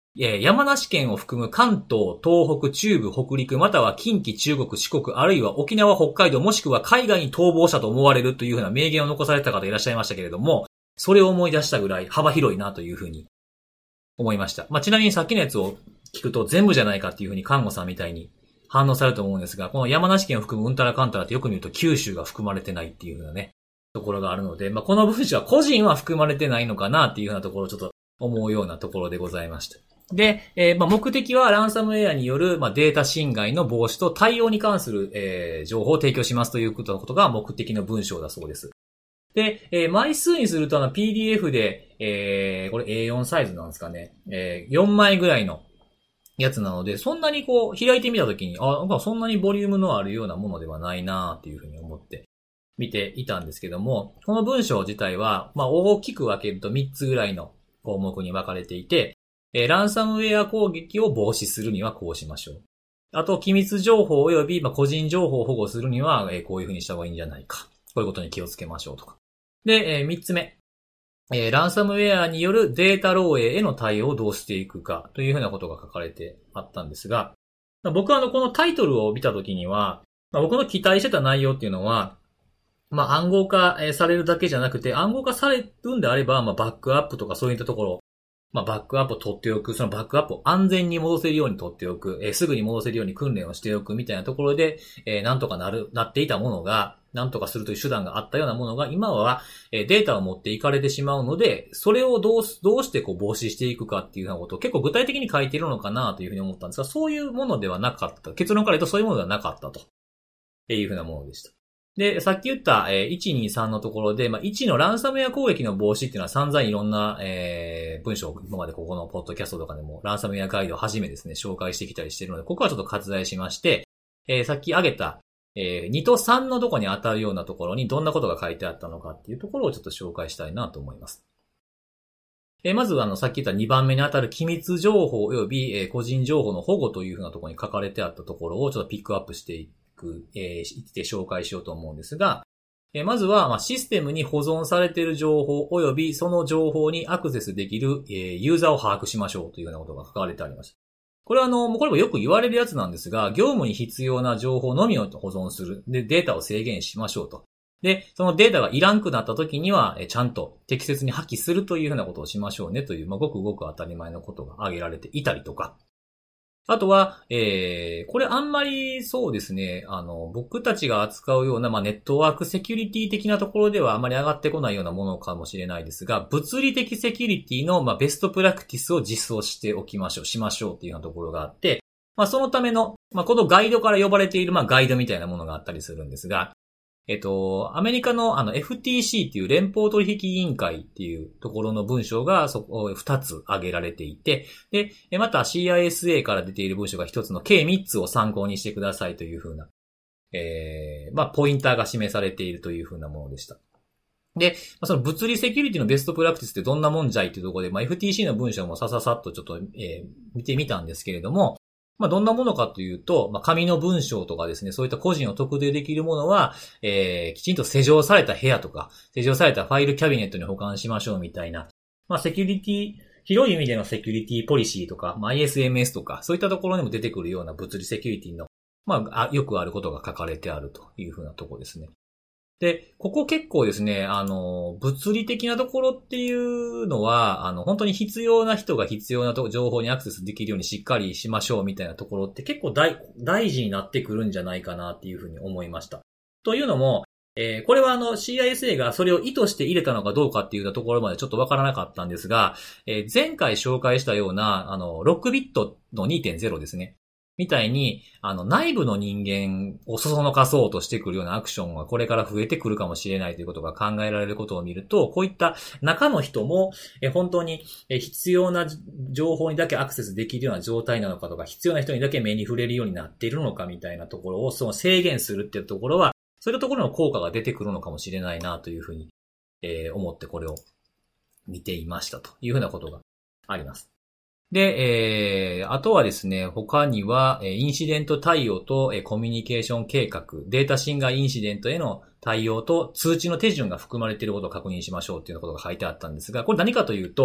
えー、山梨県を含む関東、東北、中部、北陸、または近畿、中国、四国、あるいは沖縄、北海道、もしくは海外に逃亡したと思われるというふうな名言を残された方いらっしゃいましたけれども、それを思い出したぐらい幅広いなというふうに思いました。まあ、ちなみにさっきのやつを聞くと全部じゃないかっていうふうに看護さんみたいに反応されると思うんですが、この山梨県を含むうんたらかんたらってよく見ると九州が含まれてないっていうふうなね、ところがあるので、まあ、この文章は個人は含まれてないのかなっていうようなところをちょっと思うようなところでございました。で、えー、まあ、目的はランサムウェアによる、まあ、データ侵害の防止と対応に関する、えー、情報を提供しますということが目的の文章だそうです。で、えー、枚数にするとあの ピーディーエフ で、えー、これ エーよん サイズなんですかね、えー、よんまいぐらいのやつなので、そんなにこう開いてみたときに、あ、なんかそんなにボリュームのあるようなものではないなっていうふうに思って見ていたんですけども、この文章自体は、まあ、大きく分けるとみっつぐらいの項目に分かれていて、えー、ランサムウェア攻撃を防止するにはこうしましょう。あと、機密情報及び、まあ、個人情報を保護するには、えー、こういうふうにした方がいいんじゃないか。こういうことに気をつけましょうとか。で、えー、みっつめ。えー、ランサムウェアによるデータ漏洩への対応をどうしていくかというふうなことが書かれてあったんですが、僕はあの、このタイトルを見たときには、まあ、僕の期待してた内容っていうのは、まあ、暗号化されるだけじゃなくて、暗号化されるんであれば、まあ、バックアップとかそういったところ、まあ、バックアップを取っておく、そのバックアップを安全に戻せるように取っておく、えー、すぐに戻せるように訓練をしておくみたいなところで、えー、なんとかなる、なっていたものが、なんとかするという手段があったようなものが、今は、えー、データを持っていかれてしまうので、それをどう、どうしてこう防止していくかっていうようなことを結構具体的に書いているのかなというふうに思ったんですが、そういうものではなかった。結論から言うとそういうものではなかったというふうなものでした。で、さっき言った、えー、いち、に、さんのところで、まあ、いちのランサムウェア攻撃の防止っていうのは散々いろんな、えー、文章を今までここのポッドキャストとかでもランサムウェアガイドをはじめですね、紹介してきたりしているので、ここはちょっと割愛しまして、えー、さっき挙げた、えー、にとさんのどこに当たるようなところにどんなことが書いてあったのかっていうところをちょっと紹介したいなと思います。えー、まずはあの、さっき言ったにばんめに当たる機密情報及び、えー、個人情報の保護というふうなところに書かれてあったところをちょっとピックアップしていく、えー、して紹介しようと思うんですが、えまずは、まあ、システムに保存されている情報及びその情報にアクセスできる、えー、ユーザーを把握しましょうというようなことが書かれてあります。これはあの、これもよく言われるやつなんですが、業務に必要な情報のみを保存する。で、データを制限しましょうと。で、そのデータがいらんくなった時には、えちゃんと適切に破棄するというふうなことをしましょうねという、まあ、ごくごく当たり前のことが挙げられていたりとか。あとは、えー、これあんまりそうですね、あの、僕たちが扱うような、まあ、ネットワークセキュリティ的なところではあんまり上がってこないようなものかもしれないですが、物理的セキュリティの、まあ、ベストプラクティスを実装しておきましょう、しましょうっていうようなところがあって、まあ、そのための、まあ、このガイドから呼ばれている、まあ、ガイドみたいなものがあったりするんですが、えっと、アメリカのあの エフティーシー っていう連邦取引委員会っていうところの文章がそこふたつ挙げられていて、で、また シーアイエスエー から出ている文章がひとつの計みっつを参考にしてくださいというふうな、えー、まあ、ポインターが示されているというふうなものでした。で、その物理セキュリティのベストプラクティスってどんなもんじゃいっていうところで、まあ、エフティーシー の文章もさささっとちょっと、えー、見てみたんですけれども、まあ、どんなものかというと、まあ、紙の文章とかですね、そういった個人を特定できるものは、えー、きちんと施錠された部屋とか、施錠されたファイルキャビネットに保管しましょうみたいな、まあ、セキュリティ、広い意味でのセキュリティポリシーとか、まあ、アイエスエムエス とか、そういったところにも出てくるような物理セキュリティの、まあ、よくあることが書かれてあるというふうなところですね。で、ここ結構ですね、あの、物理的なところっていうのは、あの、本当に必要な人が必要なと情報にアクセスできるようにしっかりしましょうみたいなところって結構大、大事になってくるんじゃないかなっていうふうに思いました。というのも、えー、これはあの シーアイエスエー がそれを意図して入れたのかどうかっていうところまでちょっとわからなかったんですが、えー、前回紹介したような、あの、ロックビットの にてんゼロ ですね。みたいに、あの、内部の人間をそそのかそうとしてくるようなアクションがこれから増えてくるかもしれないということが考えられることを見ると、こういった中の人も、え本当に必要な情報にだけアクセスできるような状態なのかとか、必要な人にだけ目に触れるようになっているのかみたいなところをその制限するっていうところは、そういったところの効果が出てくるのかもしれないなというふうに、えー、思ってこれを見ていましたというふうなことがあります。で、えー、あとはですね、他には、インシデント対応とコミュニケーション計画、データ侵害インシデントへの対応と通知の手順が含まれていることを確認しましょうっていうことが書いてあったんですが、これ何かというと、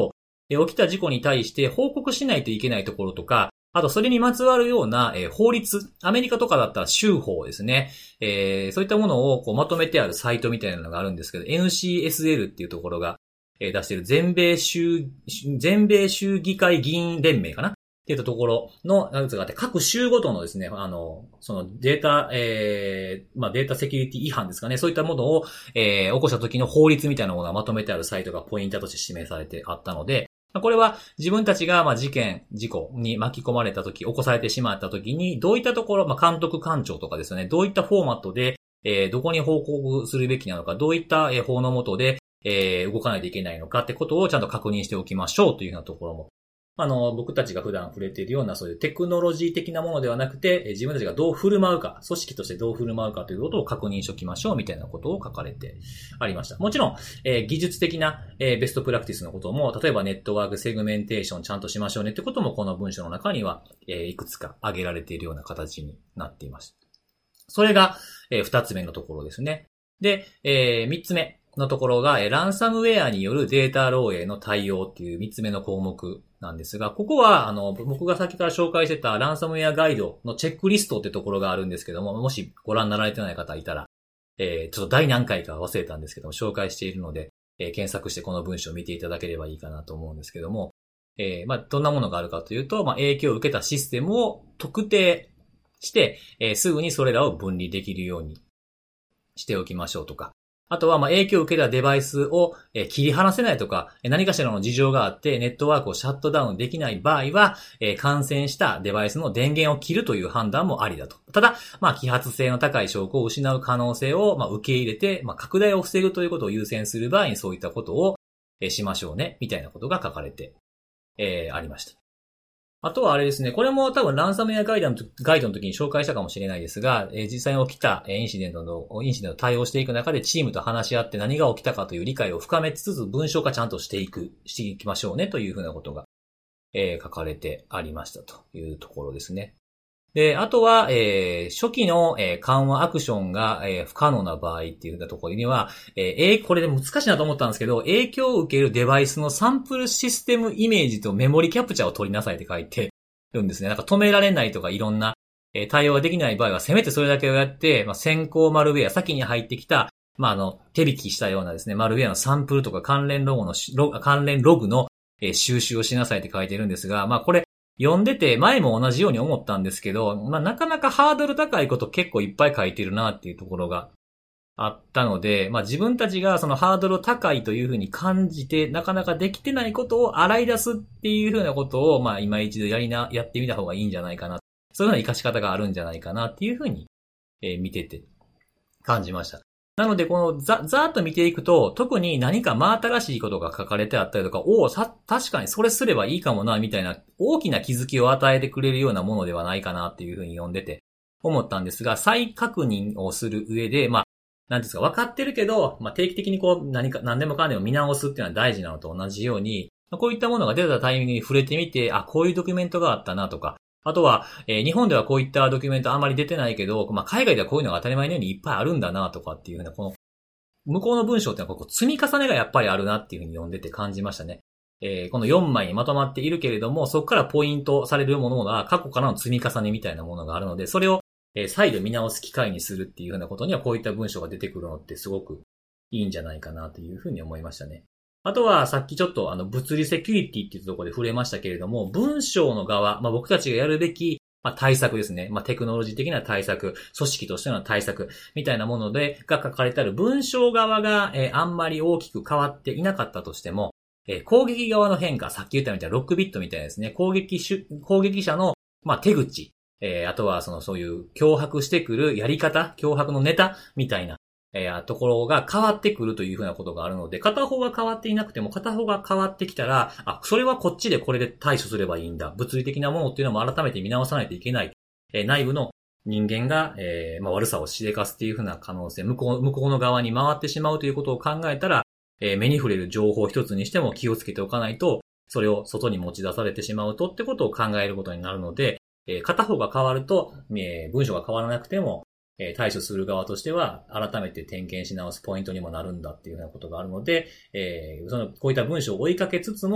えー、起きた事故に対して報告しないといけないところとか、あとそれにまつわるような、えー、法律、アメリカとかだったら州法ですね。えー、そういったものをこうまとめてあるサイトみたいなのがあるんですけど、エヌシーエスエル っていうところが、えー、出している全米州、全米州議会議員連盟かなっていったところのやつがあって、各州ごとのですね、あの、そのデータ、えー、まあデータセキュリティ違反ですかね、そういったものを、えー、起こした時の法律みたいなものがまとめてあるサイトがポイントとして示されてあったので、これは自分たちがまあ事件、事故に巻き込まれた時、起こされてしまった時に、どういったところ、まあ監督官庁とかですよね、どういったフォーマットで、えー、どこに報告するべきなのか、どういった法の下で、えー、動かないといけないのかってことをちゃんと確認しておきましょうというようなところも、あの、僕たちが普段触れているようなそういうテクノロジー的なものではなくて、自分たちがどう振る舞うか、組織としてどう振る舞うかということを確認しておきましょうみたいなことを書かれてありました。もちろん、えー、技術的な、えー、ベストプラクティスのことも、例えばネットワークセグメンテーションちゃんとしましょうねってこともこの文章の中には、えー、いくつか挙げられているような形になっています。それが、えー、二つ目のところですね。で、えー、三つ目。のところが、ランサムウェアによるデータ漏洩の対応っていう三つ目の項目なんですが、ここは、あの、僕が先から紹介してたランサムウェアガイドのチェックリストってところがあるんですけども、もしご覧になられてない方いたら、えー、ちょっと第何回か忘れたんですけども、紹介しているので、えー、検索してこの文章を見ていただければいいかなと思うんですけども、えー、まあ、どんなものがあるかというと、まあ、影響を受けたシステムを特定して、えー、すぐにそれらを分離できるようにしておきましょうとか、あとは、ま、影響を受けたデバイスを切り離せないとか、何かしらの事情があってネットワークをシャットダウンできない場合は、感染したデバイスの電源を切るという判断もありだと。ただ、まあ、揮発性の高い証拠を失う可能性を、まあ、受け入れて、まあ、拡大を防ぐということを優先する場合にそういったことをしましょうね、みたいなことが書かれて、えー、ありました。あとはあれですね、これも多分ランサムウェアガイドの、ガイドの時に紹介したかもしれないですが、えー、実際に起きたインシデントの、インシデントを対応していく中でチームと話し合って何が起きたかという理解を深めつつ文章化ちゃんとしていく、していきましょうねというふうなことが、えー、書かれてありましたというところですね。で、あとは、えー、初期の、えー、緩和アクションが、えー、不可能な場合っていうところには、えー、これで難しいなと思ったんですけど、影響を受けるデバイスのサンプルシステムイメージとメモリキャプチャーを取りなさいって書いてるんですね。なんか止められないとかいろんな、えー、対応ができない場合は、せめてそれだけをやって、まあ、先行マルウェア、先に入ってきた、まあ、あの、手引きしたようなですね、マルウェアのサンプルとか関連ロゴの、ロ関連ログの、えー、収集をしなさいって書いてるんですが、まあ、これ、読んでて前も同じように思ったんですけど、まあなかなかハードル高いこと結構いっぱい書いてるなっていうところがあったので、まあ自分たちがそのハードル高いというふうに感じてなかなかできてないことを洗い出すっていうふうなことをまあ今一度やりな、やってみた方がいいんじゃないかな。そういうような活かし方があるんじゃないかなっていうふうに、えー、見てて感じました。なので、このざ、ざーっと見ていくと、特に何か真新しいことが書かれてあったりとか、おお、さ、確かにそれすればいいかもな、みたいな大きな気づきを与えてくれるようなものではないかなっていうふうに読んでて思ったんですが、再確認をする上で、まあ、なんですか、分かってるけど、まあ、定期的にこう、何か、何でもかんでも見直すっていうのは大事なのと同じように、こういったものが出たタイミングに触れてみて、あ、こういうドキュメントがあったなとか、あとは、えー、日本ではこういったドキュメントあんまり出てないけど、まあ、海外ではこういうのが当たり前のようにいっぱいあるんだなとかっていうふうな、この、向こうの文章ってのはこう積み重ねがやっぱりあるなっていうふうに読んでて感じましたね。えー、このよんまいにまとまっているけれども、そこからポイントされるものが過去からの積み重ねみたいなものがあるので、それを、えー、再度見直す機会にするっていうふうなことにはこういった文章が出てくるのってすごくいいんじゃないかなというふうに思いましたね。あとはさっきちょっとあの物理セキュリティっていうところで触れましたけれども、文章の側、まあ僕たちがやるべきまあ、対策ですね。まあ、テクノロジー的な対策、組織としての対策みたいなもので、が書かれてある文章側が、えー、あんまり大きく変わっていなかったとしても、えー、攻撃側の変化、さっき言ったみたいなロックビットみたいなですね、攻撃し、攻撃者の、まあ、手口、えー、あとはその、そういう脅迫してくるやり方、脅迫のネタみたいな、えー、ところが変わってくるというふうなことがあるので、片方が変わっていなくても片方が変わってきたら、あ、それはこっちでこれで対処すればいいんだ。物理的なものっていうのも改めて見直さないといけない。えー、内部の人間が、えー、まあ、悪さをしでかすっていうふうな可能性、向こう、向こうの側に回ってしまうということを考えたら、えー、目に触れる情報一つにしても気をつけておかないと、それを外に持ち出されてしまうとってことを考えることになるので、えー、片方が変わると、えー、文章が変わらなくても、えー、対処する側としては、改めて点検し直すポイントにもなるんだっていうようなことがあるので、えー、その、こういった文章を追いかけつつも、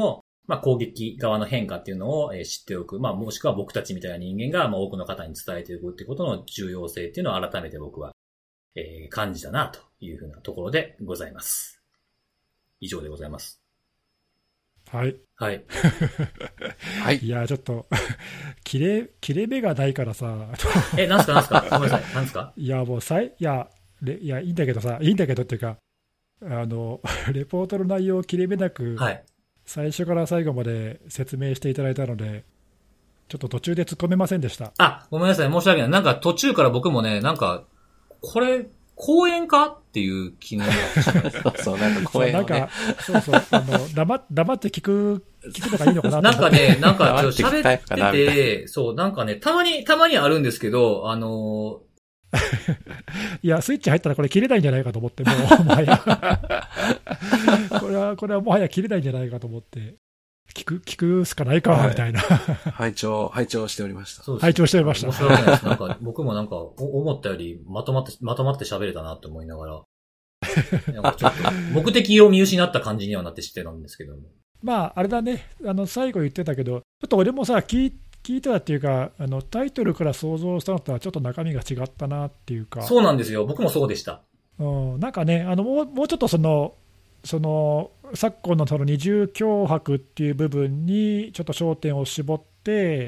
まあ、攻撃側の変化っていうのを知っておく。まあ、もしくは僕たちみたいな人間が、まあ、多くの方に伝えていくっていうことの重要性っていうのを改めて僕は、えー、感じたなというふうなところでございます。以上でございます。 はい。 はい。 はい。 いや、ちょっと、切れ、切れ目がないからさ。 え、なんすかなんすかごめんなさい。なんすかいや、もうさい、いや、いや、いいんだけどさ、いいんだけどっていうか、あの、レポートの内容を切れ目なく、 はい。 最初から最後まで説明していただいたので、ちょっと途中で突っ込めませんでした。 あ、ごめんなさい。申し訳ない。なんか途中から僕もね、なんか、これ、講演かっていう気になってしまう。 そうそう、なんか講演を、ね、 なんか、そうそう、あの、黙、黙って聞く、聞くのがいいのかなとなんかね、なんか、喋ってて、そう、なんかね、たまに、たまにあるんですけど、あのいや、スイッチ入ったらこれ切れないんじゃないかと思って、もう、もはや。これは、これはもはや切れないんじゃないかと思って、聞く、聞くしかないか、みたいな。 拝聴、拝聴しておりました。 そうです。拝聴しておりました。 面白くないです。なんか、僕もなんか、思ったよりまとまって、まとまって喋れたなって思いながら、なんかちょっと、目的を見失った感じにはなって知ってたんですけども。 まあ、あれだね、あの、最後言ってたけど、ちょっと俺もさ、聞いて、聞いてたっていうか、あのタイトルから想像したのとはちょっと中身が違ったなっていうか。 そうなんですよ。僕もそうでした。 うん、なんかね、あのもう、もうちょっとその、その昨今のその二重脅迫っていう部分にちょっと焦点を絞って、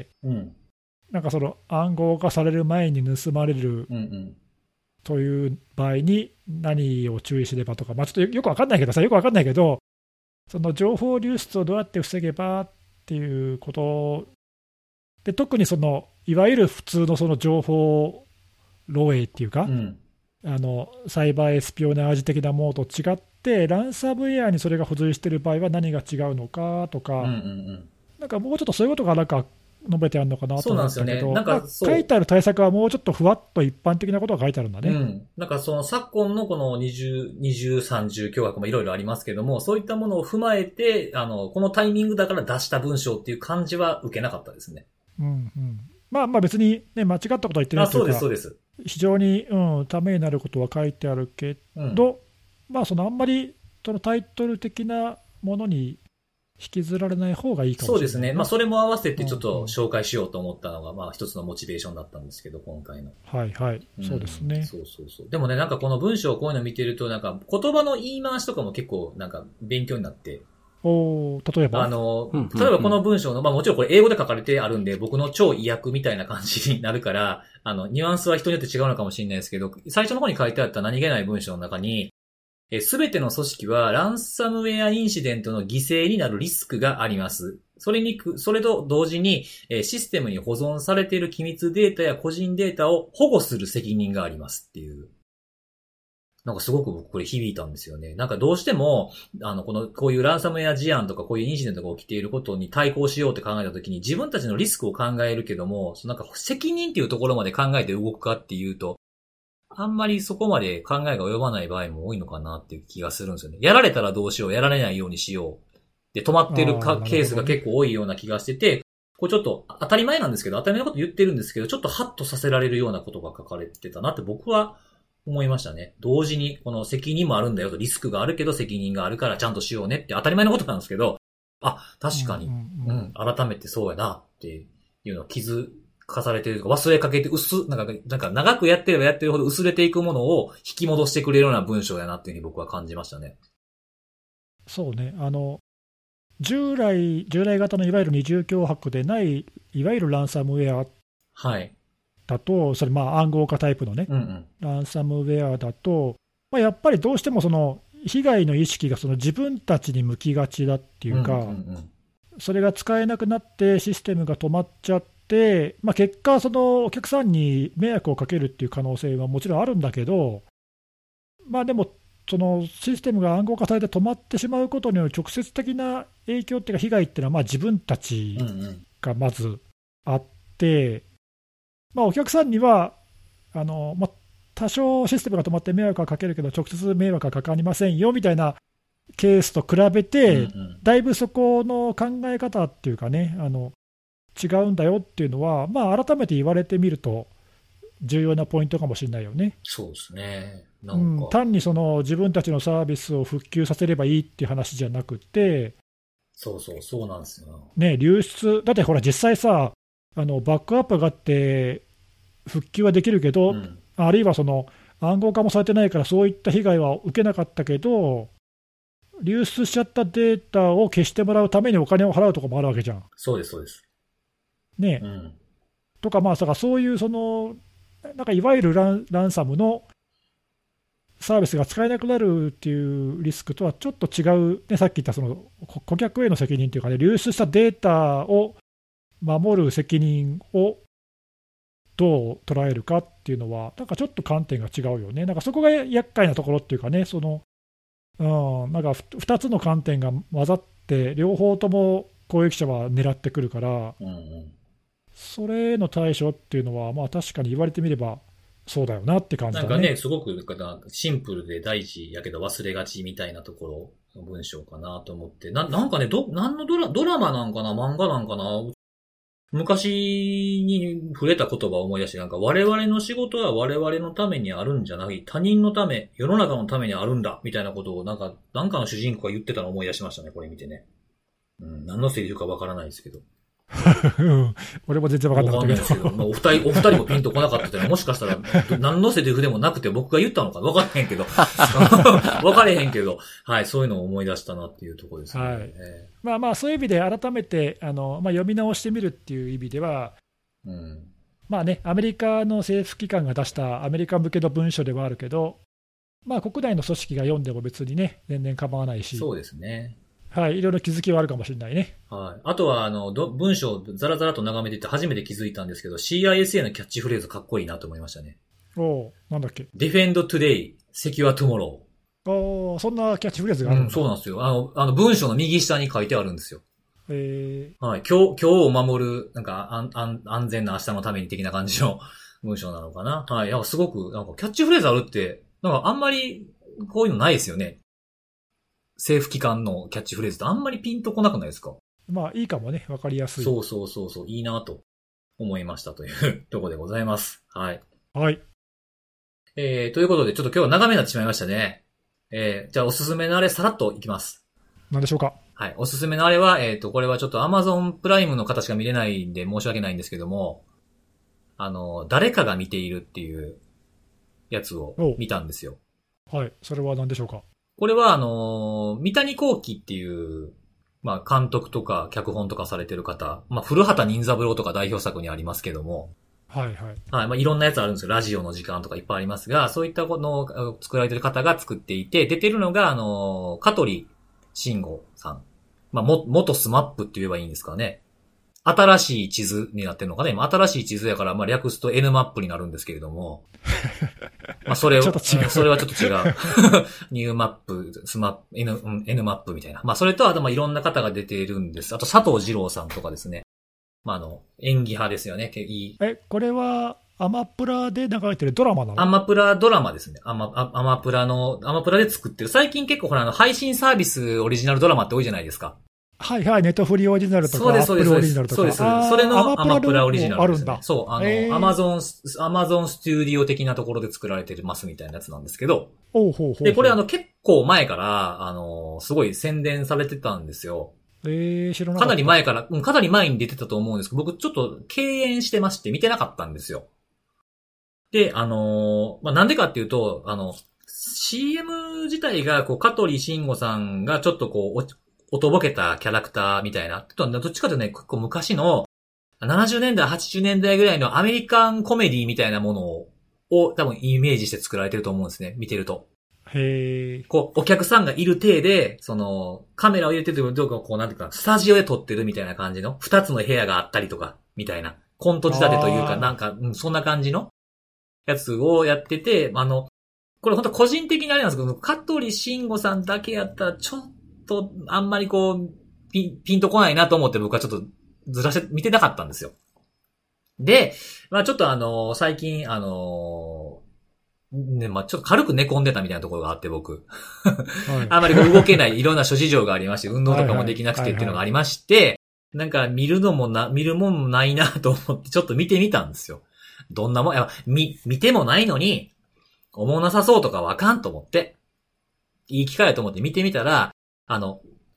うん、 なんかその暗号化される前に盗まれるという場合に何を注意すればとか、まあ、ちょっとよく分かんないけどさ、よく分かんないけど、その情報流出をどうやって防げばっていうことで、特にそのいわゆる普通のその情報漏洩っていうか、うん、あのサイバーエスピオナージ的なものと違って、ランサムウェアにそれが付随している場合は何が違うのかとか、うんうんうん、なんかもうちょっとそういうことがなんか述べてあるのかなと思ったけど、なんかまあ、書いてある対策はもうちょっとふわっと一般的なことが書いてあるんだね。 うん、なんかその昨今のこの二重、二重、三重脅迫もいろいろありますけども、そういったものを踏まえて、あの、このタイミングだから出した文章っていう感じは受けなかったですね。 うんうん、まあまあ別に、ね、間違ったことは言ってないというか、 あ、そうですそうです。 非常に、うん、ためになることは書いてあるけど、うん、まあそのあんまりそのタイトル的なものに引きずられない方がいいかもしれない。 そうですね。まあそれも合わせてちょっと紹介しようと思ったのが、まあ一つのモチベーションだったんですけど、今回の。 はいはい。うん、そうですね。 そうそうそう。でもね、なんかこの文章をこういうの見てると、なんか言葉の言い回しとかも結構なんか勉強になって。 お例えばあの、例えばこの文章の、まあもちろんこれ英語で書かれてあるんで、僕の超意訳みたいな感じになるから、あの、ニュアンスは人によって違うのかもしれないですけど、最初の方に書いてあった何気ない文章の中に、すべての組織はランサムウェアインシデントの犠牲になるリスクがあります。それに、それと同時に、システムに保存されている機密データや個人データを保護する責任がありますっていう。なんかすごく僕これ響いたんですよね。なんかどうしても、あの、この、こういうランサムウェア事案とかこういうインシデントが起きていることに対抗しようって考えたときに自分たちのリスクを考えるけども、そのなんか責任っていうところまで考えて動くかっていうと、あんまりそこまで考えが及ばない場合も多いのかなっていう気がするんですよね。やられたらどうしよう、やられないようにしよう。で、止まってるかケースが結構多いような気がしてて、これちょっと当たり前なんですけど、当たり前のこと言ってるんですけど、ちょっとハッとさせられるようなことが書かれてたなって僕は思いましたね。同時に、この責任もあるんだよと、リスクがあるけど責任があるからちゃんとしようねって当たり前のことなんですけど、あ、確かに、うん、うんうん、改めてそうやなっていうのを気づかされてる、忘れかけて薄、なんか、なんか長くやってればやってるほど薄れていくものを引き戻してくれるような文章やなっていうふうに僕は感じましたね。 そうね。あの、従来、従来型のいわゆる二重脅迫でない、いわゆるランサムウェア。 はい。 だと、それまあ暗号化タイプのね、うんうん、ランサムウェアだと、まあ、やっぱりどうしてもその被害の意識がその自分たちに向きがちだっていうか、うんうんうん、それが使えなくなってシステムが止まっちゃって、まあ、結果、そのお客さんに迷惑をかけるっていう可能性はもちろんあるんだけど、まあ、でも、そのシステムが暗号化されて止まってしまうことによる直接的な影響っていうか、被害っていうのはまあ自分たちがまずあって、うんまあ、お客さんにはあの、まあ、多少システムが止まって迷惑はかけるけど直接迷惑はかかりませんよみたいなケースと比べて、うんうん、だいぶそこの考え方っていうかね、あの違うんだよっていうのは、まあ、改めて言われてみると重要なポイントかもしれないよね。 そうですね。なんか、 うん、単にその自分たちのサービスを復旧させればいいっていう話じゃなくて、 そうそう、そうなんですよ。 ね、流出、だってほら、実際さ、あのバックアップがあって、復旧はできるけど、うん、あるいはその暗号化もされてないから、そういった被害は受けなかったけど、流出しちゃったデータを消してもらうためにお金を払うとかもあるわけじゃん。 そうです、そうです。 ね、うん、とか、まあ、そういうその、なんかいわゆるラン、ランサムのサービスが使えなくなるっていうリスクとはちょっと違う、ね、さっき言ったその顧客への責任というかね、流出したデータを守る責任をどう捉えるかっていうのは、なんかちょっと観点が違うよね。なんかそこが厄介なところっていうかね、その、うん、なんかふたつの観点が混ざって、両方とも攻撃者は狙ってくるから、うんうん、それへの対処っていうのは、まあ確かに言われてみれば、そうだよなって感じだね。 なんかね、すごくシンプルで大事やけど忘れがちみたいなところの文章かなと思って。な、なんかね、ど、何のドラ、ドラマなんかな漫画なんかな昔に触れた言葉を思い出して、なんか我々の仕事は我々のためにあるんじゃない、他人のため、世の中のためにあるんだみたいなことをなんか、なんかの主人公が言ってたのを思い出しましたね、これ見てね。うん、何のセリフかわからないですけど。 俺も全然分かんなかったけど。 けどまあ、お二人、お二人もピンとこなかったってのは、もしかしたら、何のセリフでもなくて僕が言ったのか分かれへんけど。分かれへんけど、はい、そういうのを思い出したなっていうところですね。はい、 えー、まあまあ、そういう意味で改めて、あの、まあ、読み直してみるっていう意味では、うん、まあね、アメリカの政府機関が出したアメリカ向けの文書ではあるけど、まあ、国内の組織が読んでも別にね、全然構わないし。 そうですね。 はい、いろいろ気づきはあるかもしれないね。 はい。あとは、あの、ど文章をザラザラと眺めていて初めて気づいたんですけど、シーアイエスエー のキャッチフレーズかっこいいなと思いましたね。 おう、なんだっけ。 Defend today, secure tomorrow。 おー、そんなキャッチフレーズがあるんだ、 うん、そうなんですよ。あの、あの文章の右下に書いてあるんですよ。 へー。はい。今日、今日を守る、なんか、安、安、安全な明日のために的な感じの文章なのかな。はい。なんかすごく、なんかキャッチフレーズあるって、なんかあんまりこういうのないですよね。政府機関のキャッチフレーズってあんまりピンとこなくないですか？ まあいいかもね、わかりやすい。 そうそうそうそう、いいなと思いましたというところでございます。はい。 はい。 えー、ということでちょっと今日は長めになってしまいましたね。えー、じゃあおすすめのあれさらっといきます。 何でしょうか？ はい。おすすめのあれは、えっと、これはちょっと Amazon プライムの方しか見れないんで申し訳ないんですけども、あの、誰かが見ているっていうやつを見たんですよ。 はい。それは何でしょうか？ これはあの、三谷幸喜っていう、まあ監督とか脚本とかされてる方、まあ古畑任三郎とか代表作にありますけども、 はいはい。 はい。まあいろんなやつあるんですよ。ラジオの時間とかいっぱいありますが、そういったものを作られてる方が作っていて、出てるのがあの、香取慎吾さん。まあも、元スマップって言えばいいんですかね。新しい地図になってるのかね。今新しい地図やから、まあ略すと N マップになるんですけれども。まあそれを、 ちょっと違う。 それはちょっと違う。ニューマップ、スマップ、N、N マップみたいな。まあそれとあとまあいろんな方が出ているんです。あと佐藤二郎さんとかですね。まああの、演技派ですよね。いいえ、これはアマプラで流れてるドラマなの？ アマプラドラマですね。アマ、アマプラの、アマプラで作ってる。最近結構ほらあの配信サービスオリジナルドラマって多いじゃないですか。 はいはい、ネットフリーオリジナルとか、 そうです、そうです、 オリジナルとか。 そうです。それのアマプラオリジナルですね。 あるんだ。 そう、あの、アマゾン、アマゾンスタジオ的なところで作られてますみたいなやつなんですけど。 おうほうほうほう。 で、これあの結構前から、あの、すごい宣伝されてたんですよ。 えー、知らなかった。 かなり前から、かなり前に出てたと思うんですけど、僕ちょっと敬遠してまして見てなかったんですよ。で、あの、まあ、なんでかっていうと、あの、シーエム 自体が、こう、香取慎吾さんがちょっとこう、おとぼけたキャラクターみたいな。どっちかというとね、結構昔のななじゅうねんだい、はちじゅうねんだいぐらいのアメリカンコメディみたいなものを多分イメージして作られてると思うんですね。見てると。 へー。 こう、お客さんがいる体で、その、カメラを入れてるとか、こう、なんていうか、スタジオで撮ってるみたいな感じの、二つの部屋があったりとか、みたいな。コント仕立てというか、なんか、うん、そんな感じのやつをやってて、あの、これ本当個人的にあれなんですけど、香取慎吾さんだけやったら、ちょっと、と、あんまりこう、ピン、ピンとこないなと思って僕はちょっとずらして、見てなかったんですよ。で、まあちょっとあの、最近あの、ね、まあちょっと軽く寝込んでたみたいなところがあって僕。はい、あんまりこう動けない、いろんな諸事情がありまして、運動とかもできなくてっていうのがありまして、はいはいはいはい、なんか見るのもな、見るもんもないなと思ってちょっと見てみたんですよ。どんなもん、いや、見、見てもないのに、思わなさそうとかわかんと思って、いい機会だと思って見てみたら、あの、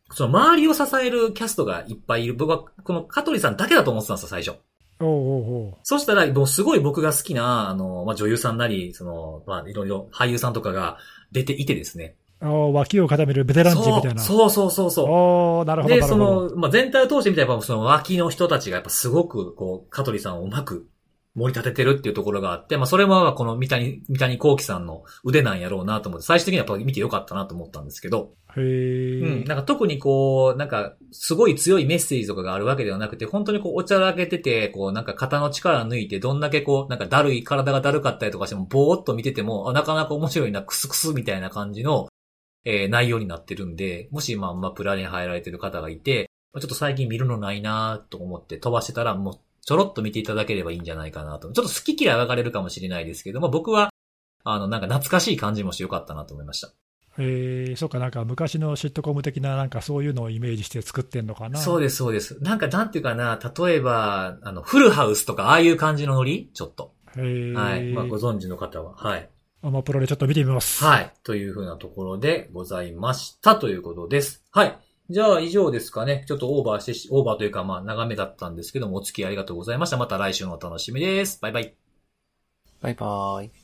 その周りを支えるキャストがいっぱいいる。僕はこの香取さんだけだと思ってたんですよ、最初。 おうおうおう。 そしたら、もうすごい僕が好きな、あの、まあ、女優さんなり、その、まあ、いろいろ俳優さんとかが出ていてですね。 脇を固めるベテラン人みたいな。 そうそうそうそう。 おなるほど。 で、その、まあ、全体を通してみたら、その脇の人たちがやっぱすごく、こう、香取さんをうまく盛り立ててるっていうところがあって、まあ、それもこの三谷、三谷幸喜さんの腕なんやろうなと思って、最終的にはやっぱ見てよかったなと思ったんですけど。 へー。 うん。なんか特にこう、なんか、すごい強いメッセージとかがあるわけではなくて、本当にこう、おちゃらけてて、こう、なんか肩の力抜いて、どんだけこう、なんかだるい、体がだるかったりとかしても、ぼーっと見てても、あ、なかなか面白いな、クスクスみたいな感じの、えー、内容になってるんで、もしまあまあプラに入られてる方がいて、ちょっと最近見るのないなと思って飛ばしてたら、もうちょろっと見ていただければいいんじゃないかなと。ちょっと好き嫌い分かれるかもしれないですけども、僕は、あの、なんか懐かしい感じもしてよかったなと思いました。 えー、そうか、なんか昔のシットコム的ななんかそういうのをイメージして作ってんのかな。 そうです、そうです。なんかなんていうかな、例えば、あの、フルハウスとかああいう感じのノリちょっと。 へー。 はい。まあご存知の方は。はい。 アマプロでちょっと見てみます。 はい。というふうなところでございましたということです。はい。じゃあ以上ですかね。ちょっとオーバーしてし、オーバーというかまあ長めだったんですけども、お付き合いありがとうございました。また来週のお楽しみです。バイバイ。 バイバーイ。